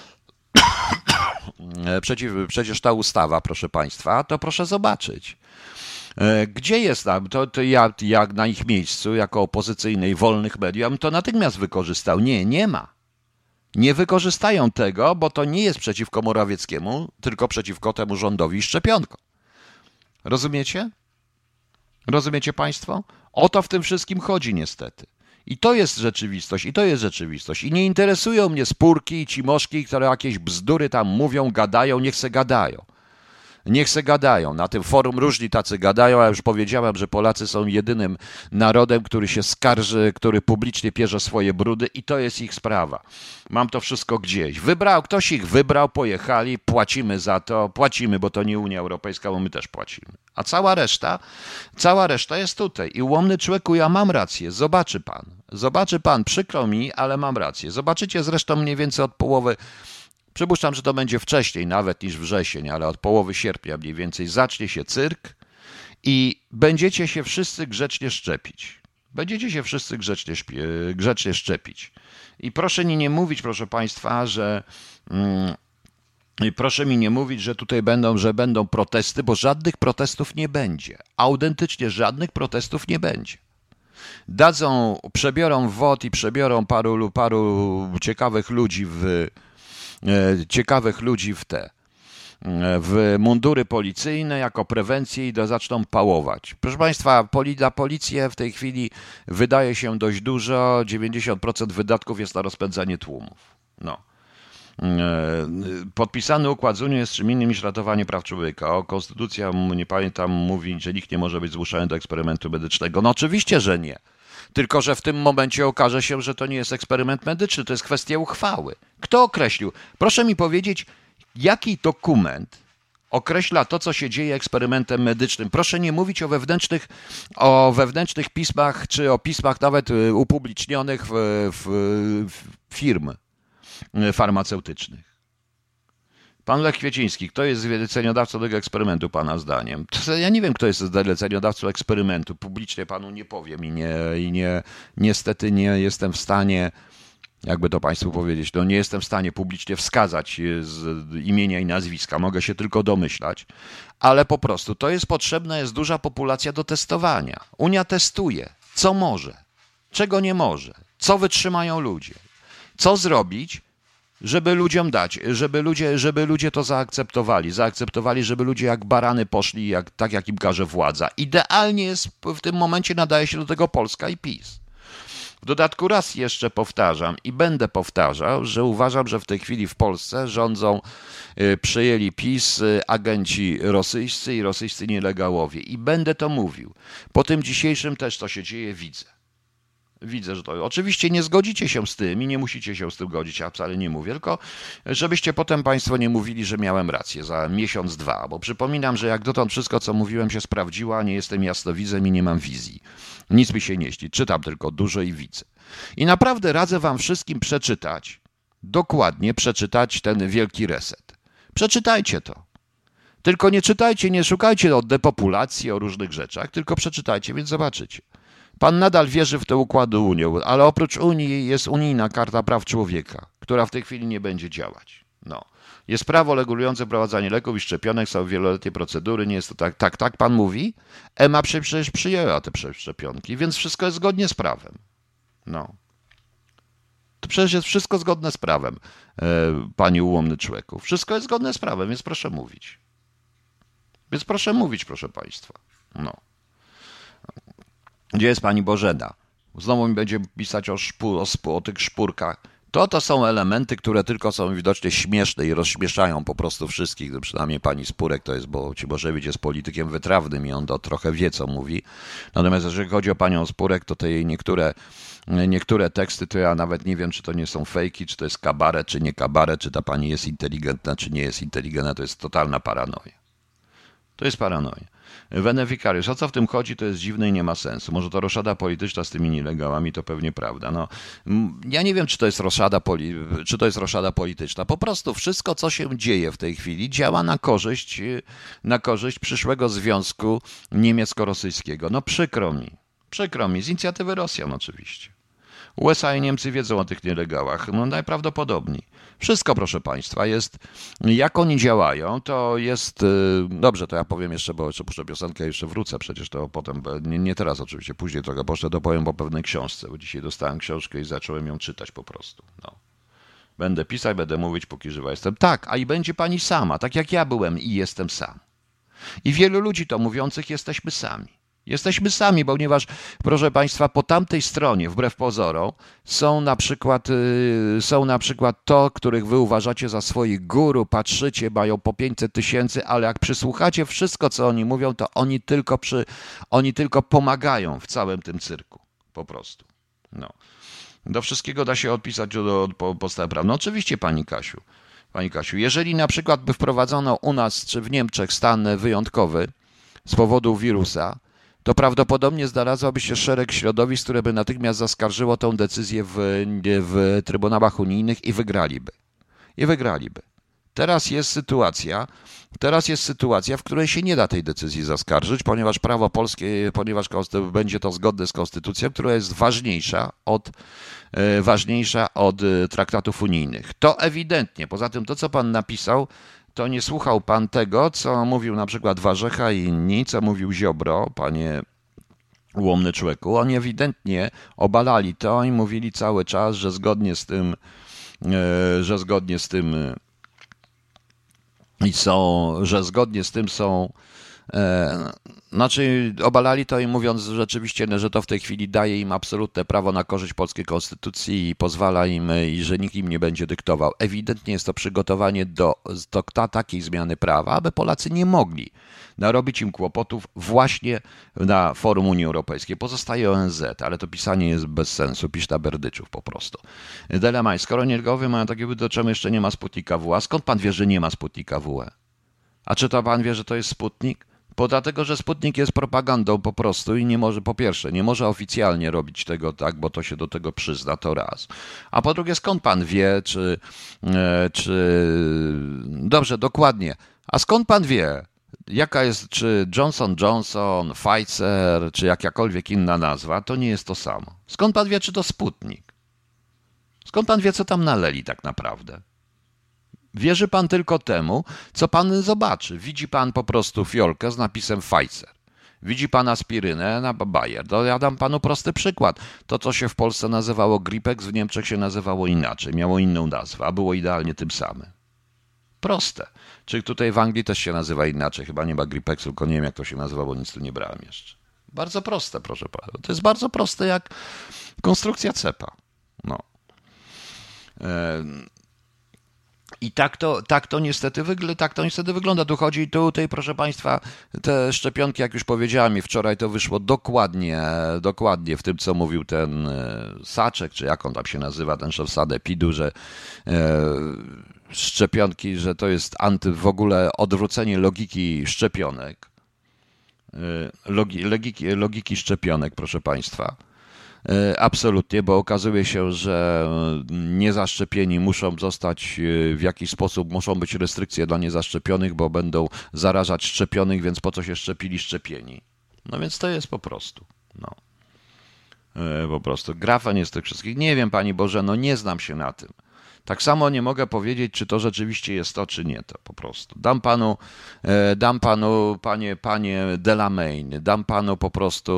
przecież, przecież ta ustawa, proszę państwa, to proszę zobaczyć. Gdzie jest tam? To, to ja, ja na ich miejscu, jako opozycyjnej, wolnych mediów, ja bym to natychmiast wykorzystał. Nie, nie ma. Nie wykorzystają tego, bo to nie jest przeciwko Morawieckiemu, tylko przeciwko temu rządowi szczepionkom. Rozumiecie? Rozumiecie państwo? O to w tym wszystkim chodzi niestety. I to jest rzeczywistość, i to jest rzeczywistość. I nie interesują mnie spórki i cimoszki, które jakieś bzdury tam mówią, gadają, niech se gadają. Niech se gadają. Na tym forum różni tacy gadają, a ja już powiedziałem, że Polacy są jedynym narodem, który się skarży, który publicznie pierze swoje brudy i to jest ich sprawa. Mam to wszystko gdzieś. Wybrał, ktoś ich wybrał, pojechali, płacimy za to, płacimy, bo to nie Unia Europejska, bo my też płacimy. A cała reszta, cała reszta jest tutaj. I ułomny człowieku, ja mam rację, zobaczy pan. Zobaczy pan, przykro mi, ale mam rację. Zobaczycie zresztą mniej więcej od połowy. Przypuszczam, że to będzie wcześniej nawet niż wrzesień, ale od połowy sierpnia mniej więcej zacznie się cyrk i będziecie się wszyscy grzecznie szczepić. Będziecie się wszyscy grzecznie, grzecznie szczepić. I proszę mi nie mówić, proszę państwa, że mm, proszę mi nie mówić, że tutaj będą, że będą protesty, bo żadnych protestów nie będzie. Autentycznie żadnych protestów nie będzie. Dadzą, przebiorą W O T i przebiorą paru, paru ciekawych ludzi w ciekawych ludzi w te, w mundury policyjne jako prewencję i do, zaczną pałować. Proszę państwa, poli, dla policji w tej chwili wydaje się dość dużo, dziewięćdziesiąt procent wydatków jest na rozpędzanie tłumów. No. Podpisany układ z Unią jest czym innym niż ratowanie praw człowieka. O, konstytucja, nie pamiętam, mówi, że nikt nie może być zmuszany do eksperymentu medycznego. No oczywiście, że nie. Tylko że w tym momencie okaże się, że to nie jest eksperyment medyczny, to jest kwestia uchwały. Kto określił? Proszę mi powiedzieć, jaki dokument określa to, co się dzieje eksperymentem medycznym. Proszę nie mówić o wewnętrznych, o wewnętrznych pismach, czy o pismach nawet upublicznionych w, w, w firm farmaceutycznych. Pan Lech Kwieciński, kto jest zleceniodawcą tego eksperymentu, pana zdaniem? Ja nie wiem, kto jest zleceniodawcą eksperymentu. Publicznie panu nie powiem i, nie, i nie, niestety nie jestem w stanie, jakby to państwu powiedzieć, no nie jestem w stanie publicznie wskazać z imienia i nazwiska. Mogę się tylko domyślać, ale po prostu to jest potrzebna, jest duża populacja do testowania. Unia testuje, co może, czego nie może, co wytrzymają ludzie, co zrobić, żeby ludziom dać, żeby ludzie, żeby ludzie to zaakceptowali, zaakceptowali, żeby ludzie jak barany poszli, jak, tak jak im każe władza. Idealnie jest, w tym momencie nadaje się do tego Polska i PiS. W dodatku raz jeszcze powtarzam i będę powtarzał, że uważam, że w tej chwili w Polsce rządzą, y, przyjęli PiS y, agenci rosyjscy i rosyjscy nielegałowie. I będę to mówił. Po tym dzisiejszym też, co się dzieje, widzę. Widzę, że to oczywiście nie zgodzicie się z tym i nie musicie się z tym godzić, ja wcale nie mówię, tylko żebyście potem państwo nie mówili, że miałem rację za miesiąc, dwa, bo przypominam, że jak dotąd wszystko, co mówiłem, się sprawdziło, a nie jestem jasnowidzem i nie mam wizji. Nic mi się nie śni, czytam tylko dużo i widzę. I naprawdę radzę wam wszystkim przeczytać, dokładnie przeczytać ten wielki reset. Przeczytajcie to. Tylko nie czytajcie, nie szukajcie o depopulacji, o różnych rzeczach, tylko przeczytajcie, więc zobaczycie. Pan nadal wierzy w te układy Unią, ale oprócz Unii jest unijna Karta Praw Człowieka, która w tej chwili nie będzie działać. No. Jest prawo regulujące wprowadzanie leków i szczepionek, są wieloletnie procedury, nie jest to tak, tak, tak pan mówi? E M A przecież przyjęła te szczepionki, więc wszystko jest zgodnie z prawem. No. To przecież jest wszystko zgodne z prawem, e, panie ułomny człowieku. Wszystko jest zgodne z prawem, więc proszę mówić. Więc proszę mówić, proszę państwa. No. Gdzie jest pani Bożena? Znowu mi będzie pisać o, szpu, o, spu, o tych szpórkach. To to są elementy, które tylko są widocznie śmieszne i rozśmieszają po prostu wszystkich. Przynajmniej pani Spurek to jest, bo Ciborzewicz jest politykiem wytrawnym i on to trochę wie, co mówi. Natomiast jeżeli chodzi o panią Spurek, to te jej niektóre, niektóre teksty, to ja nawet nie wiem, czy to nie są fejki, czy to jest kabaret, czy nie kabaret, czy ta pani jest inteligentna, czy nie jest inteligentna. To jest totalna paranoja. To jest paranoja. Wenewikariusz, o co w tym chodzi, to jest dziwne i nie ma sensu. Może to roszada polityczna z tymi nielegalami, to pewnie prawda. No, ja nie wiem, czy to jest roszada, poli- czy to jest roszada polityczna. Po prostu wszystko, co się dzieje w tej chwili, działa na korzyść, na korzyść przyszłego związku niemiecko-rosyjskiego. No przykro mi, przykro mi, z inicjatywy Rosjan oczywiście. U S A i Niemcy wiedzą o tych nielegałach, no najprawdopodobniej. Wszystko, proszę państwa, jest, jak oni działają, to jest, dobrze, to ja powiem jeszcze, bo jeszcze puszczę piosenkę, jeszcze wrócę, przecież to potem, nie, nie teraz oczywiście, później trochę poszczę, to powiem o pewnej książce, bo dzisiaj dostałem książkę i zacząłem ją czytać po prostu, no. Będę pisać, będę mówić, póki żywa jestem. Tak, a i będzie pani sama, tak jak ja byłem i jestem sam. I wielu ludzi to mówiących jesteśmy sami. Jesteśmy sami, ponieważ, proszę państwa, po tamtej stronie, wbrew pozorom, są na przykład, yy, są na przykład to, których wy uważacie za swoich guru, patrzycie, mają po pięćset tysięcy, ale jak przysłuchacie wszystko, co oni mówią, to oni tylko, przy, oni tylko pomagają w całym tym cyrku. Po prostu. No. Do wszystkiego da się odpisać do, do podstawy prawnej. No oczywiście, pani Kasiu. Pani Kasiu, jeżeli na przykład by wprowadzono u nas czy w Niemczech stan wyjątkowy z powodu wirusa, to prawdopodobnie znalazłoby się szereg środowisk, które by natychmiast zaskarżyło tę decyzję w, w trybunałach unijnych i wygraliby. I wygraliby. Teraz jest sytuacja, teraz jest sytuacja, w której się nie da tej decyzji zaskarżyć, ponieważ prawo polskie, ponieważ będzie to zgodne z konstytucją, która jest ważniejsza od, ważniejsza od traktatów unijnych. To ewidentnie. Poza tym to, co pan napisał, to nie słuchał pan tego, co mówił na przykład Warzecha i inni, co mówił Ziobro, panie ułomny człowieku. Oni ewidentnie obalali to i mówili cały czas, że zgodnie z tym, że zgodnie z tym i są, że zgodnie z tym są, e, znaczy obalali to i mówiąc rzeczywiście, że to w tej chwili daje im absolutne prawo na korzyść polskiej konstytucji i pozwala im, i że nikt im nie będzie dyktował. Ewidentnie jest to przygotowanie do, do takiej zmiany prawa, aby Polacy nie mogli narobić im kłopotów właśnie na forum Unii Europejskiej. Pozostaje O N Z, ale to pisanie jest bez sensu, pisz na berdyczów po prostu. Delemaj, skoro nielegałowie mają takie to czemu jeszcze nie ma Sputnika W? A skąd pan wie, że nie ma Sputnika W? A czy to pan wie, że to jest Sputnik? Bo dlatego, że Sputnik jest propagandą po prostu i nie może, po pierwsze, nie może oficjalnie robić tego tak, bo to się do tego przyzna, to raz. A po drugie, skąd pan wie, czy, czy... Dobrze, dokładnie. A skąd pan wie, jaka jest, czy Johnson Johnson, Pfizer, czy jakakolwiek inna nazwa, to nie jest to samo. Skąd pan wie, czy to Sputnik? Skąd pan wie, co tam naleli tak naprawdę? Wierzy pan tylko temu, co pan zobaczy. Widzi pan po prostu fiolkę z napisem Pfizer. Widzi pan aspirynę na Bayer. To ja dam panu prosty przykład. To, co się w Polsce nazywało Gripex, w Niemczech się nazywało inaczej. Miało inną nazwę, a było idealnie tym samym. Proste. Czy tutaj w Anglii też się nazywa inaczej? Chyba nie ma Gripexu, tylko nie wiem, jak to się nazywa, bo nic tu nie brałem jeszcze. Bardzo proste, proszę pana. To jest bardzo proste jak konstrukcja cepa. No. I tak to, tak to niestety wygl- tak to niestety wygląda. Tu chodzi tutaj, proszę państwa, te szczepionki, jak już powiedziałem i wczoraj to wyszło dokładnie, dokładnie w tym, co mówił ten Saczek, czy jak on tam się nazywa, ten szef Sanepidu, że e, szczepionki, że to jest anty, w ogóle odwrócenie logiki szczepionek. E, logi, logiki, logiki szczepionek, proszę państwa. Absolutnie, bo okazuje się, że niezaszczepieni muszą zostać w jakiś sposób, muszą być restrykcje dla niezaszczepionych, bo będą zarażać szczepionych, więc po co się szczepili szczepieni? No więc to jest po prostu. No. Po prostu grafen jest tych wszystkich. Nie wiem, Pani Bożeno, nie znam się na tym. Tak samo nie mogę powiedzieć, czy to rzeczywiście jest to, czy nie to po prostu. Dam panu, dam panu, panie, panie Delamain, dam panu po prostu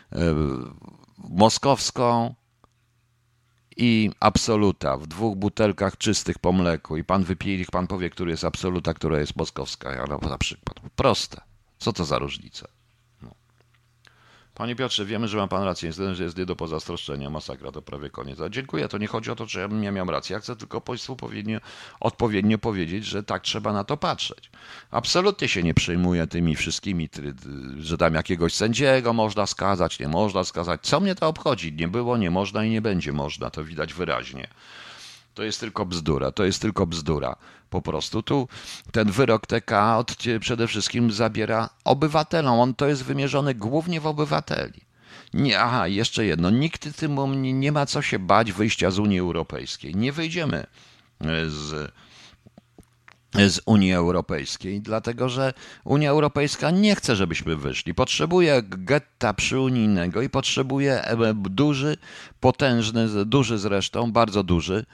moskowską i absoluta w dwóch butelkach czystych po mleku i pan wypije ich, pan powie, który jest absoluta, która jest moskowska, ale na przykład. Proste. Co to za różnica? No. Panie Piotrze, wiemy, że ma pan rację, niestety, że jest nie do pozazdroszczenia, masakra, to prawie koniec. A dziękuję, to nie chodzi o to, że ja bym nie miał racji, ja chcę tylko państwu odpowiednio, odpowiednio powiedzieć, że tak trzeba na to patrzeć. Absolutnie się nie przejmuję tymi wszystkimi, że tam jakiegoś sędziego można skazać, nie można skazać. Co mnie to obchodzi? Nie było, nie można i nie będzie można, to widać wyraźnie. To jest tylko bzdura, to jest tylko bzdura. Po prostu tu ten wyrok T K od, przede wszystkim zabiera obywatelom. On to jest wymierzony głównie w obywateli. Nie, aha, jeszcze jedno. Nikt tym nie, nie ma co się bać wyjścia z Unii Europejskiej. Nie wyjdziemy z, z Unii Europejskiej, dlatego że Unia Europejska nie chce, żebyśmy wyszli. Potrzebuje getta przyunijnego i potrzebuje duży, potężny, duży zresztą, bardzo duży,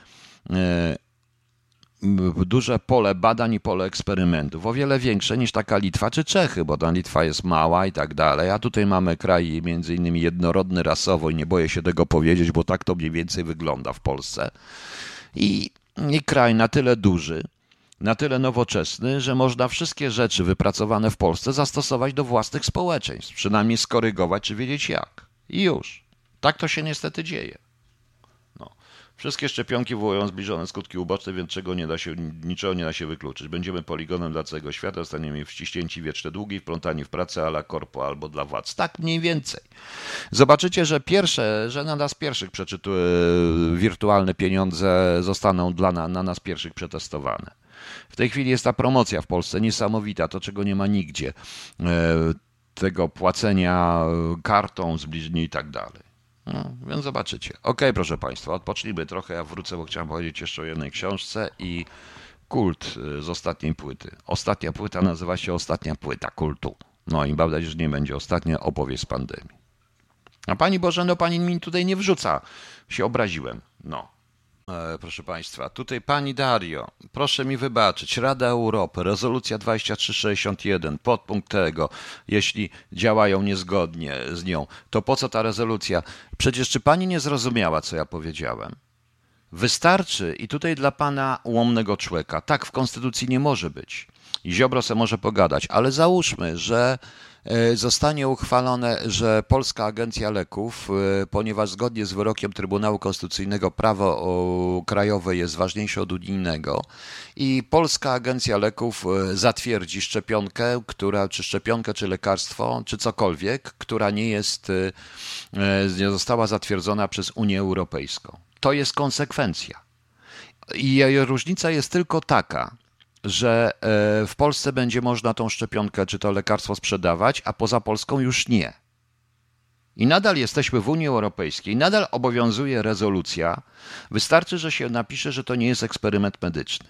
duże pole badań i pole eksperymentów, o wiele większe niż taka Litwa czy Czechy, bo ta Litwa jest mała i tak dalej, a tutaj mamy kraj między innymi jednorodny rasowo i nie boję się tego powiedzieć, bo tak to mniej więcej wygląda w Polsce. I, i kraj na tyle duży, na tyle nowoczesny, że można wszystkie rzeczy wypracowane w Polsce zastosować do własnych społeczeństw, przynajmniej skorygować czy wiedzieć jak. I już. Tak to się niestety dzieje. Wszystkie szczepionki wywołują zbliżone skutki uboczne, więc czego nie da się, niczego nie da się wykluczyć. Będziemy poligonem dla całego świata, zostaniemy wciśnięci w wieczne długi, wplątani w pracę a la corpo albo dla władz. Tak mniej więcej. Zobaczycie, że pierwsze, że na nas pierwszych przeczytu, wirtualne pieniądze zostaną dla na, na nas pierwszych przetestowane. W tej chwili jest ta promocja w Polsce niesamowita, to czego nie ma nigdzie. Tego płacenia kartą, zbliżni i tak dalej. No, więc zobaczycie. Okej, proszę Państwa, odpocznijmy trochę. Ja wrócę, bo chciałem powiedzieć jeszcze o jednej książce i kult z ostatniej płyty. Ostatnia płyta nazywa się Ostatnia płyta kultu. No i mam nadzieję, że nie będzie ostatnia opowieść z pandemii. A Pani Boże, no Pani mi tutaj nie wrzuca. Się obraziłem. No. E, proszę Państwa, tutaj Pani Dario, proszę mi wybaczyć, Rada Europy, rezolucja dwadzieścia trzy sześćdziesiąt jeden, podpunkt tego, jeśli działają niezgodnie z nią, to po co ta rezolucja? Przecież czy Pani nie zrozumiała, co ja powiedziałem? Wystarczy, i tutaj dla Pana ułomnego człowieka, tak w Konstytucji nie może być. I Ziobro se może pogadać, ale załóżmy, że zostanie uchwalone, że Polska Agencja Leków, ponieważ zgodnie z wyrokiem Trybunału Konstytucyjnego prawo krajowe jest ważniejsze od unijnego i Polska Agencja Leków zatwierdzi szczepionkę, która, czy szczepionkę, czy lekarstwo, czy cokolwiek, która nie jest, nie została zatwierdzona przez Unię Europejską. To jest konsekwencja. I różnica jest tylko taka, że w Polsce będzie można tą szczepionkę czy to lekarstwo sprzedawać, a poza Polską już nie. I nadal jesteśmy w Unii Europejskiej, nadal obowiązuje rezolucja. Wystarczy, że się napisze, że to nie jest eksperyment medyczny.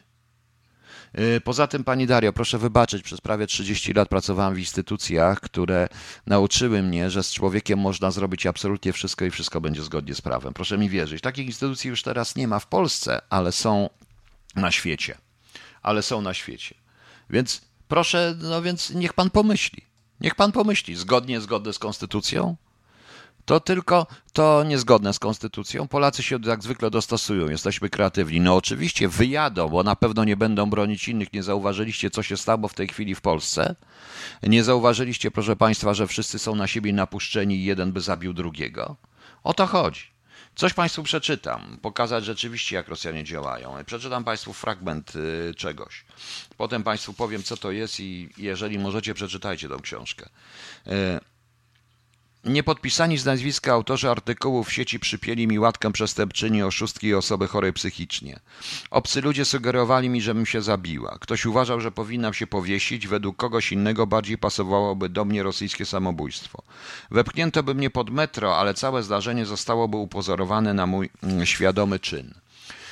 Poza tym, Pani Dario, proszę wybaczyć, przez prawie trzydzieści lat pracowałem w instytucjach, które nauczyły mnie, że z człowiekiem można zrobić absolutnie wszystko i wszystko będzie zgodnie z prawem. Proszę mi wierzyć. Takich instytucji już teraz nie ma w Polsce, ale są na świecie. ale są na świecie. Więc proszę, no więc niech Pan pomyśli. Niech Pan pomyśli. Zgodnie, zgodne z Konstytucją? To tylko to niezgodne z Konstytucją. Polacy się jak zwykle dostosują. Jesteśmy kreatywni. No oczywiście wyjadą, bo na pewno nie będą bronić innych. Nie zauważyliście, co się stało w tej chwili w Polsce? Nie zauważyliście, proszę Państwa, że wszyscy są na siebie napuszczeni i jeden by zabił drugiego? O to chodzi. Coś Państwu przeczytam, pokazać rzeczywiście, jak Rosjanie działają. Przeczytam Państwu fragment y, czegoś. Potem Państwu powiem, co to jest i jeżeli możecie, przeczytajcie tę książkę. Y, Niepodpisani z nazwiska autorzy artykułów w sieci przypięli mi łatkę przestępczyni, oszustki i osoby chorej psychicznie. Obcy ludzie sugerowali mi, żebym się zabiła. Ktoś uważał, że powinnam się powiesić, według kogoś innego bardziej pasowałoby do mnie rosyjskie samobójstwo. Wepchnięto by mnie pod metro, ale całe zdarzenie zostałoby upozorowane na mój mm, świadomy czyn.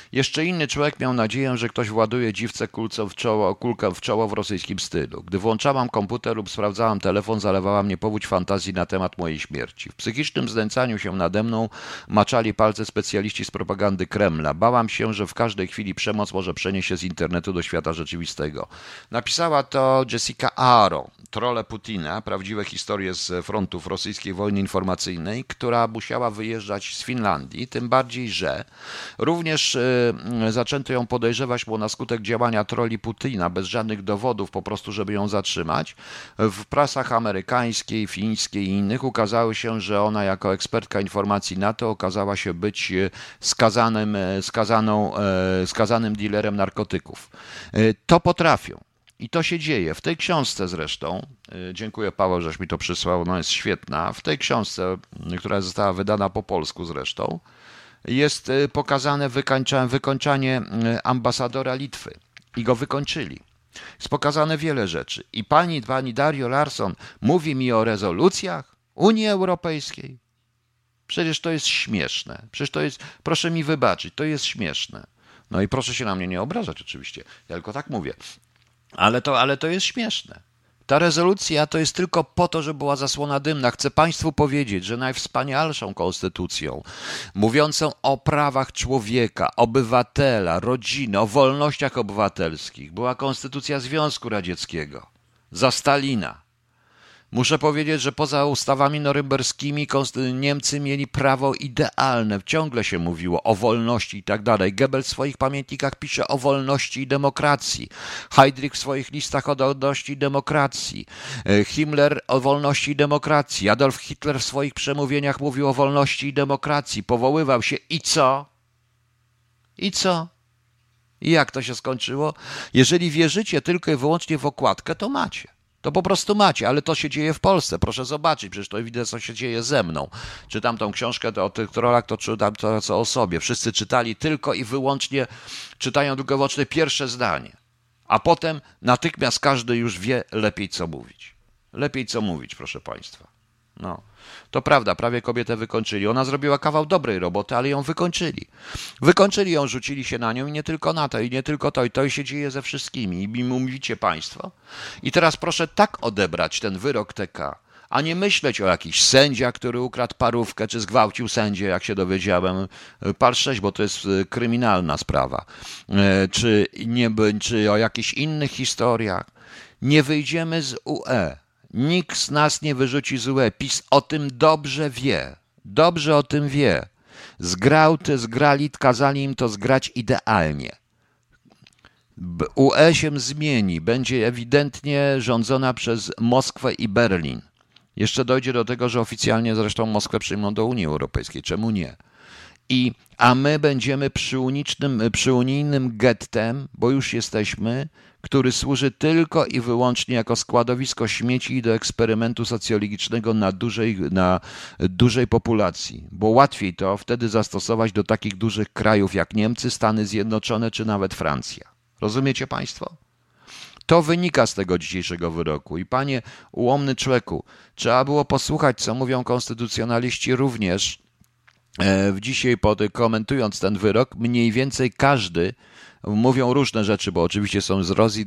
Jeszcze inny człowiek miał nadzieję, że ktoś właduje dziwce kulcą w czoło, kulkę w czoło w rosyjskim stylu. Gdy włączałam komputer lub sprawdzałam telefon, zalewała mnie powódź fantazji na temat mojej śmierci. W psychicznym znęcaniu się nade mną maczali palce specjaliści z propagandy Kremla. Bałam się, że w każdej chwili przemoc może przenieść się z internetu do świata rzeczywistego. Napisała to Jessica Aro, Trolle Putina, prawdziwe historie z frontów rosyjskiej wojny informacyjnej, która musiała wyjeżdżać z Finlandii, tym bardziej, że również y, zaczęto ją podejrzewać, bo na skutek działania troli Putina, bez żadnych dowodów, po prostu, żeby ją zatrzymać, w prasach amerykańskiej, fińskiej i innych ukazało się, że ona jako ekspertka informacji NATO okazała się być skazanym, skazaną, skazanym dealerem narkotyków. To potrafią. I to się dzieje. W tej książce zresztą, dziękuję Paweł, żeś mi to przysłał, ona jest świetna, w tej książce, która została wydana po polsku zresztą, jest pokazane wykończanie ambasadora Litwy. I go wykończyli. Jest pokazane wiele rzeczy. I pani, pani Dario Larsson mówi mi o rezolucjach Unii Europejskiej. Przecież to jest śmieszne. Przecież to jest, proszę mi wybaczyć, to jest śmieszne. No i proszę się na mnie nie obrażać oczywiście. Ja tylko tak mówię. Ale to, ale to jest śmieszne. Ta rezolucja to jest tylko po to, żeby była zasłona dymna. Chcę Państwu powiedzieć, że najwspanialszą konstytucją, mówiącą o prawach człowieka, obywatela, rodziny, o wolnościach obywatelskich, była konstytucja Związku Radzieckiego za Stalina. Muszę powiedzieć, że poza ustawami norymberskimi Niemcy mieli prawo idealne. Ciągle się mówiło o wolności i tak dalej. Goebbels w swoich pamiętnikach pisze o wolności i demokracji. Heydrich w swoich listach o wolności i demokracji. Himmler o wolności i demokracji. Adolf Hitler w swoich przemówieniach mówił o wolności i demokracji. Powoływał się i co? I co? I jak to się skończyło? Jeżeli wierzycie tylko i wyłącznie w okładkę, to macie. To po prostu macie, ale to się dzieje w Polsce. Proszę zobaczyć, przecież to widać, co się dzieje ze mną. Czytam tą książkę to o tych trollach, to czytam to co o sobie. Wszyscy czytali tylko i wyłącznie, czytają tylko i wyłącznie pierwsze zdanie. A potem natychmiast każdy już wie lepiej, co mówić. Lepiej, co mówić, proszę Państwa. No. To prawda, prawie kobietę wykończyli. Ona zrobiła kawał dobrej roboty, ale ją wykończyli. Wykończyli ją, rzucili się na nią i nie tylko na to, i nie tylko to. I to się dzieje ze wszystkimi. I mi mówicie Państwo. I teraz proszę tak odebrać ten wyrok T K, a nie myśleć o jakiś sędzia, który ukradł parówkę, czy zgwałcił sędzię, jak się dowiedziałem, par sześć, bo to jest kryminalna sprawa, czy, nie, czy o jakichś innych historiach. Nie wyjdziemy z U E. Nikt z nas nie wyrzuci z U E. PiS o tym dobrze wie. Dobrze o tym wie. Zgrał, te zgrali, kazali im to zgrać idealnie. U E się zmieni. Będzie ewidentnie rządzona przez Moskwę i Berlin. Jeszcze dojdzie do tego, że oficjalnie zresztą Moskwę przyjmą do Unii Europejskiej. Czemu nie? I, a my będziemy przyunicznym, przyunijnym gettem, bo już jesteśmy, który służy tylko i wyłącznie jako składowisko śmieci i do eksperymentu socjologicznego na dużej, na dużej populacji, bo łatwiej to wtedy zastosować do takich dużych krajów jak Niemcy, Stany Zjednoczone czy nawet Francja. Rozumiecie Państwo? To wynika z tego dzisiejszego wyroku. I panie ułomny człowieku, trzeba było posłuchać, co mówią konstytucjonaliści również w dzisiaj, pod, komentując ten wyrok, mniej więcej każdy mówią różne rzeczy, bo oczywiście są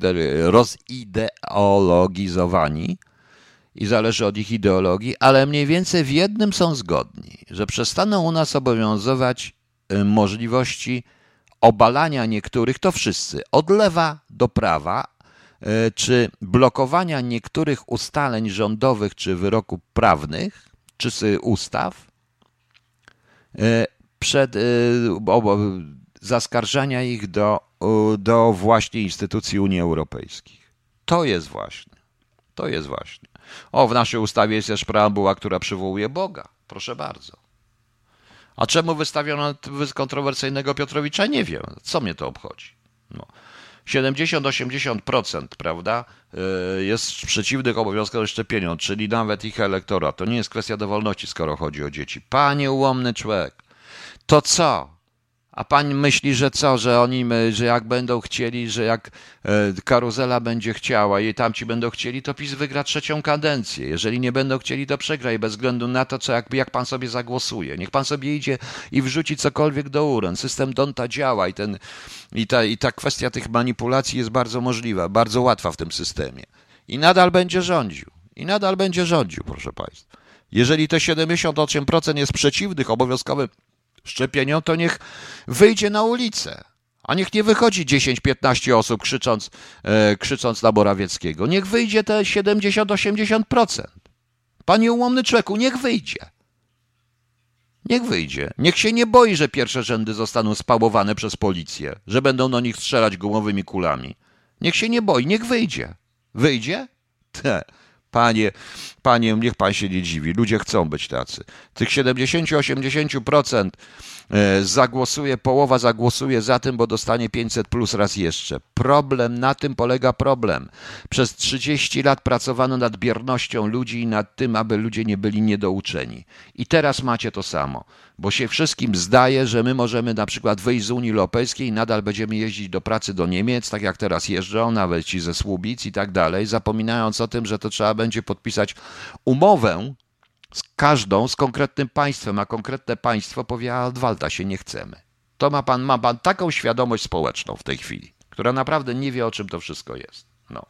rozideologizowani i zależy od ich ideologii, ale mniej więcej w jednym są zgodni, że przestaną u nas obowiązywać możliwości obalania niektórych, to wszyscy, od lewa do prawa, czy blokowania niektórych ustaleń rządowych, czy wyroków prawnych, czy ustaw, przed zaskarżania ich do, do właśnie instytucji Unii Europejskiej. To jest właśnie. To jest właśnie. O, w naszej ustawie jest też preambuła, która przywołuje Boga. Proszę bardzo. A czemu wystawiono kontrowersyjnego Piotrowicza? Nie wiem. Co mnie to obchodzi? No. siedemdziesiąt do osiemdziesięciu procent, prawda, jest przeciwnych obowiązkom szczepieniom, czyli nawet ich elektorat. To nie jest kwestia dowolności, skoro chodzi o dzieci. Panie ułomny człowiek, to co? A pan myśli, że co, że oni, że jak będą chcieli, że jak karuzela będzie chciała i tamci będą chcieli, to PiS wygra trzecią kadencję. Jeżeli nie będą chcieli, to przegra i bez względu na to, co, jak, jak pan sobie zagłosuje. Niech pan sobie idzie i wrzuci cokolwiek do urn. System Donta działa i, ten, i, ta, i ta kwestia tych manipulacji jest bardzo możliwa, bardzo łatwa w tym systemie. I nadal będzie rządził. I nadal będzie rządził, proszę państwa. Jeżeli te siedemdziesiąt osiem procent jest przeciwnych obowiązkowym szczepieniom, to niech wyjdzie na ulicę. A niech nie wychodzi dziesięć piętnaście osób krzycząc, e, krzycząc na Morawieckiego. Niech wyjdzie te siedemdziesiąt osiemdziesiąt procent. Panie ułomny człowieku, niech wyjdzie. Niech wyjdzie. Niech się nie boi, że pierwsze rzędy zostaną spałowane przez policję, że będą do nich strzelać gumowymi kulami. Niech się nie boi, niech wyjdzie. Wyjdzie? Te. Panie, panie, niech pan się nie dziwi. Ludzie chcą być tacy. Tych siedemdziesiąt do osiemdziesięciu procent zagłosuje, połowa zagłosuje za tym, bo dostanie pięćset plus raz jeszcze. Problem, na tym polega problem. Przez trzydzieści lat pracowano nad biernością ludzi i nad tym, aby ludzie nie byli niedouczeni. I teraz macie to samo, bo się wszystkim zdaje, że my możemy na przykład wyjść z Unii Europejskiej i nadal będziemy jeździć do pracy do Niemiec, tak jak teraz jeżdżą, nawet ci ze Słubic i tak dalej, zapominając o tym, że to trzeba będzie podpisać umowę z każdą, z konkretnym państwem, a konkretne państwo powie, a od Walta się nie chcemy. To ma pan, ma pan taką świadomość społeczną w tej chwili, która naprawdę nie wie, o czym to wszystko jest. No,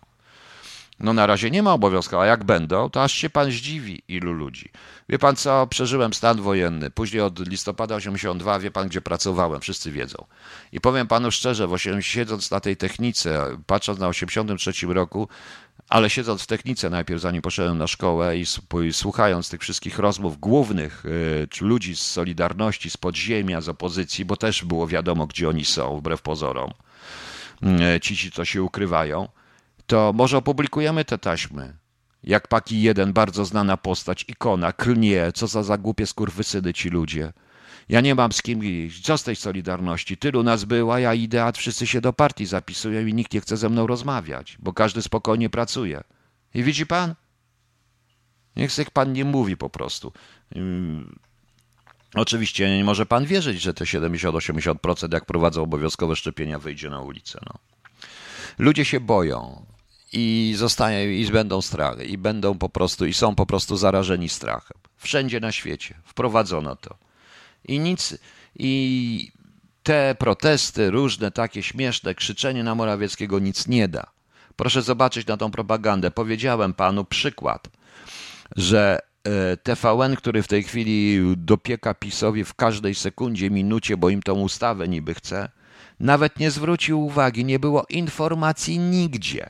no na razie nie ma obowiązku, a jak będą, to aż się pan zdziwi, ilu ludzi. Wie pan co, przeżyłem stan wojenny, później od listopada osiemdziesiątego drugiego, wie pan, gdzie pracowałem, wszyscy wiedzą. I powiem panu szczerze, w osiemdziesiątym, siedząc na tej technice, patrząc na osiemdziesiątym trzecim roku, ale siedząc w technice najpierw, zanim poszedłem na szkołę i słuchając tych wszystkich rozmów głównych czy ludzi z Solidarności, z podziemia, z opozycji, bo też było wiadomo, gdzie oni są, wbrew pozorom, ci, ci co się ukrywają, to może opublikujemy te taśmy. Jak Paki jeden, bardzo znana postać, ikona, klnie, co za, za głupie skurwysyny ci ludzie. Ja nie mam z kim iść. Co z tej Solidarności? Tylu nas było, ja idę, a wszyscy się do partii zapisują i nikt nie chce ze mną rozmawiać, bo każdy spokojnie pracuje. I widzi pan? Niech sobie pan nie mówi po prostu. Hmm. Oczywiście nie może pan wierzyć, że te siedemdziesiąt do osiemdziesięciu procent jak prowadzą obowiązkowe szczepienia wyjdzie na ulicę. No. Ludzie się boją i zostają i będą strachy i będą po prostu i są po prostu zarażeni strachem. Wszędzie na świecie wprowadzono to. I nic, i te protesty, różne takie śmieszne, krzyczenie na Morawieckiego nic nie da. Proszę zobaczyć na tą propagandę. Powiedziałem panu przykład, że T V N, który w tej chwili dopieka PiS-owi w każdej sekundzie, minucie, bo im tą ustawę niby chce, nawet nie zwrócił uwagi, nie było informacji nigdzie,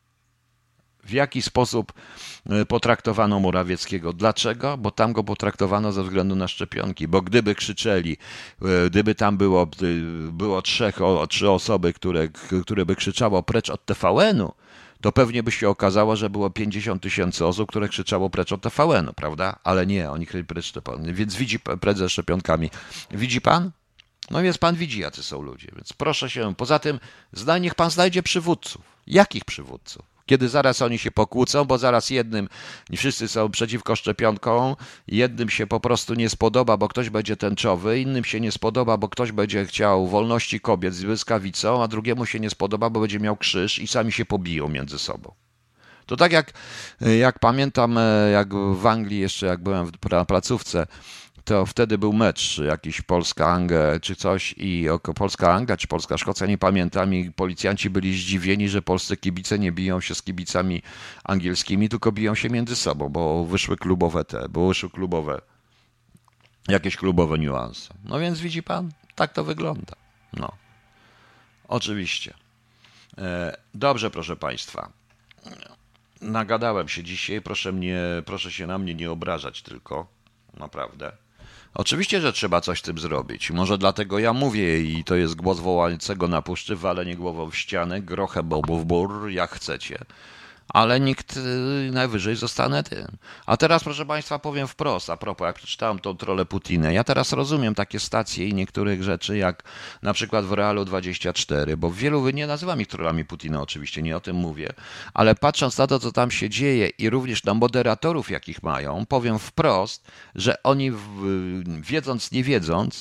w jaki sposób potraktowano Morawieckiego. Dlaczego? Bo tam go potraktowano ze względu na szczepionki. Bo gdyby krzyczeli, gdyby tam było, było trzech, o, trzy osoby, które, które by krzyczało precz od T V N-u, to pewnie by się okazało, że było pięćdziesiąt tysięcy osób, które krzyczało precz od T V N-u, prawda? Ale nie, oni kryli precz szczepionki. Więc widzi precz ze szczepionkami. Widzi pan? No więc pan widzi, jacy są ludzie. Więc proszę się, poza tym zna, niech pan znajdzie przywódców. Jakich przywódców? Kiedy zaraz oni się pokłócą, bo zaraz jednym, wszyscy są przeciwko szczepionkom, jednym się po prostu nie spodoba, bo ktoś będzie tęczowy, innym się nie spodoba, bo ktoś będzie chciał wolności kobiet z błyskawicą, a drugiemu się nie spodoba, bo będzie miał krzyż i sami się pobiją między sobą. To tak jak, jak pamiętam, jak w Anglii jeszcze, jak byłem w placówce, to wtedy był mecz jakiś Polska-Anglia czy coś i Polska-Anglia czy Polska-Szkocja, nie pamiętam, i policjanci byli zdziwieni, że polscy kibice nie biją się z kibicami angielskimi, tylko biją się między sobą, bo wyszły klubowe te, bo wyszły klubowe, jakieś klubowe niuanse. No więc widzi pan, tak to wygląda. No, oczywiście. Dobrze, proszę państwa. Nagadałem się dzisiaj, proszę mnie, proszę się na mnie nie obrażać tylko, naprawdę. Oczywiście, że trzeba coś z tym zrobić. Może dlatego ja mówię i to jest głos wołającego na puszczy, walenie głową w ścianę, grochę bobu w bur, jak chcecie. Ale nikt najwyżej zostanę tym. A teraz, proszę państwa, powiem wprost, a propos, jak przeczytałem tą trolę Putinę. Ja teraz rozumiem takie stacje i niektórych rzeczy, jak na przykład w Realu dwadzieścia cztery, bo wielu, nie nazywam ich trollami Putina, oczywiście, nie o tym mówię, ale patrząc na to, co tam się dzieje i również na moderatorów, jakich mają, powiem wprost, że oni wiedząc, nie wiedząc,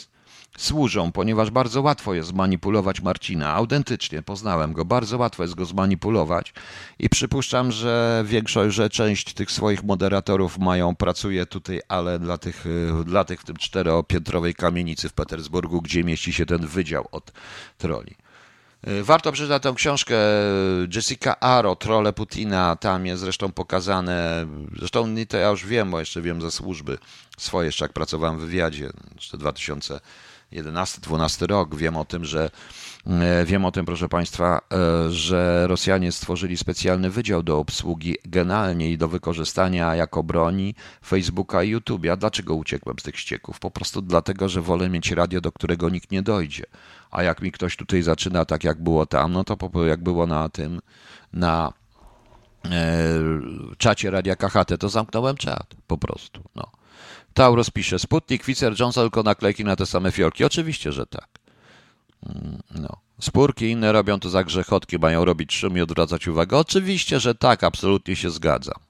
służą, ponieważ bardzo łatwo jest zmanipulować Marcina. Autentycznie poznałem go, bardzo łatwo jest go zmanipulować i przypuszczam, że większość, że część tych swoich moderatorów mają, pracuje tutaj, ale dla tych, dla tych w tym czteropiętrowej kamienicy w Petersburgu, gdzie mieści się ten wydział od troli. Warto przeczytać tę książkę Jessica Aro, Trolle Putina, tam jest zresztą pokazane, zresztą to ja już wiem, bo jeszcze wiem ze służby swoje, jeszcze jak pracowałem w wywiadzie, jeszcze dwa tysiące jedenasty dwunasty rok, wiem o tym, że wiem o tym, proszę Państwa, że Rosjanie stworzyli specjalny wydział do obsługi generalnie i do wykorzystania jako broni Facebooka i YouTube'a. Dlaczego uciekłem z tych ścieków? Po prostu dlatego, że wolę mieć radio, do którego nikt nie dojdzie. A jak mi ktoś tutaj zaczyna tak, jak było tam, no to po, jak było na tym, na e, czacie Radia K H T, to zamknąłem czat, po prostu, no. Taurus pisze, Sputnik, Pfizer, Johnson, tylko naklejki na te same fiolki. Oczywiście, że tak. No. Spórki inne robią to za grzechotki, mają robić szum i odwracać uwagę. Oczywiście, że tak, absolutnie się zgadzam.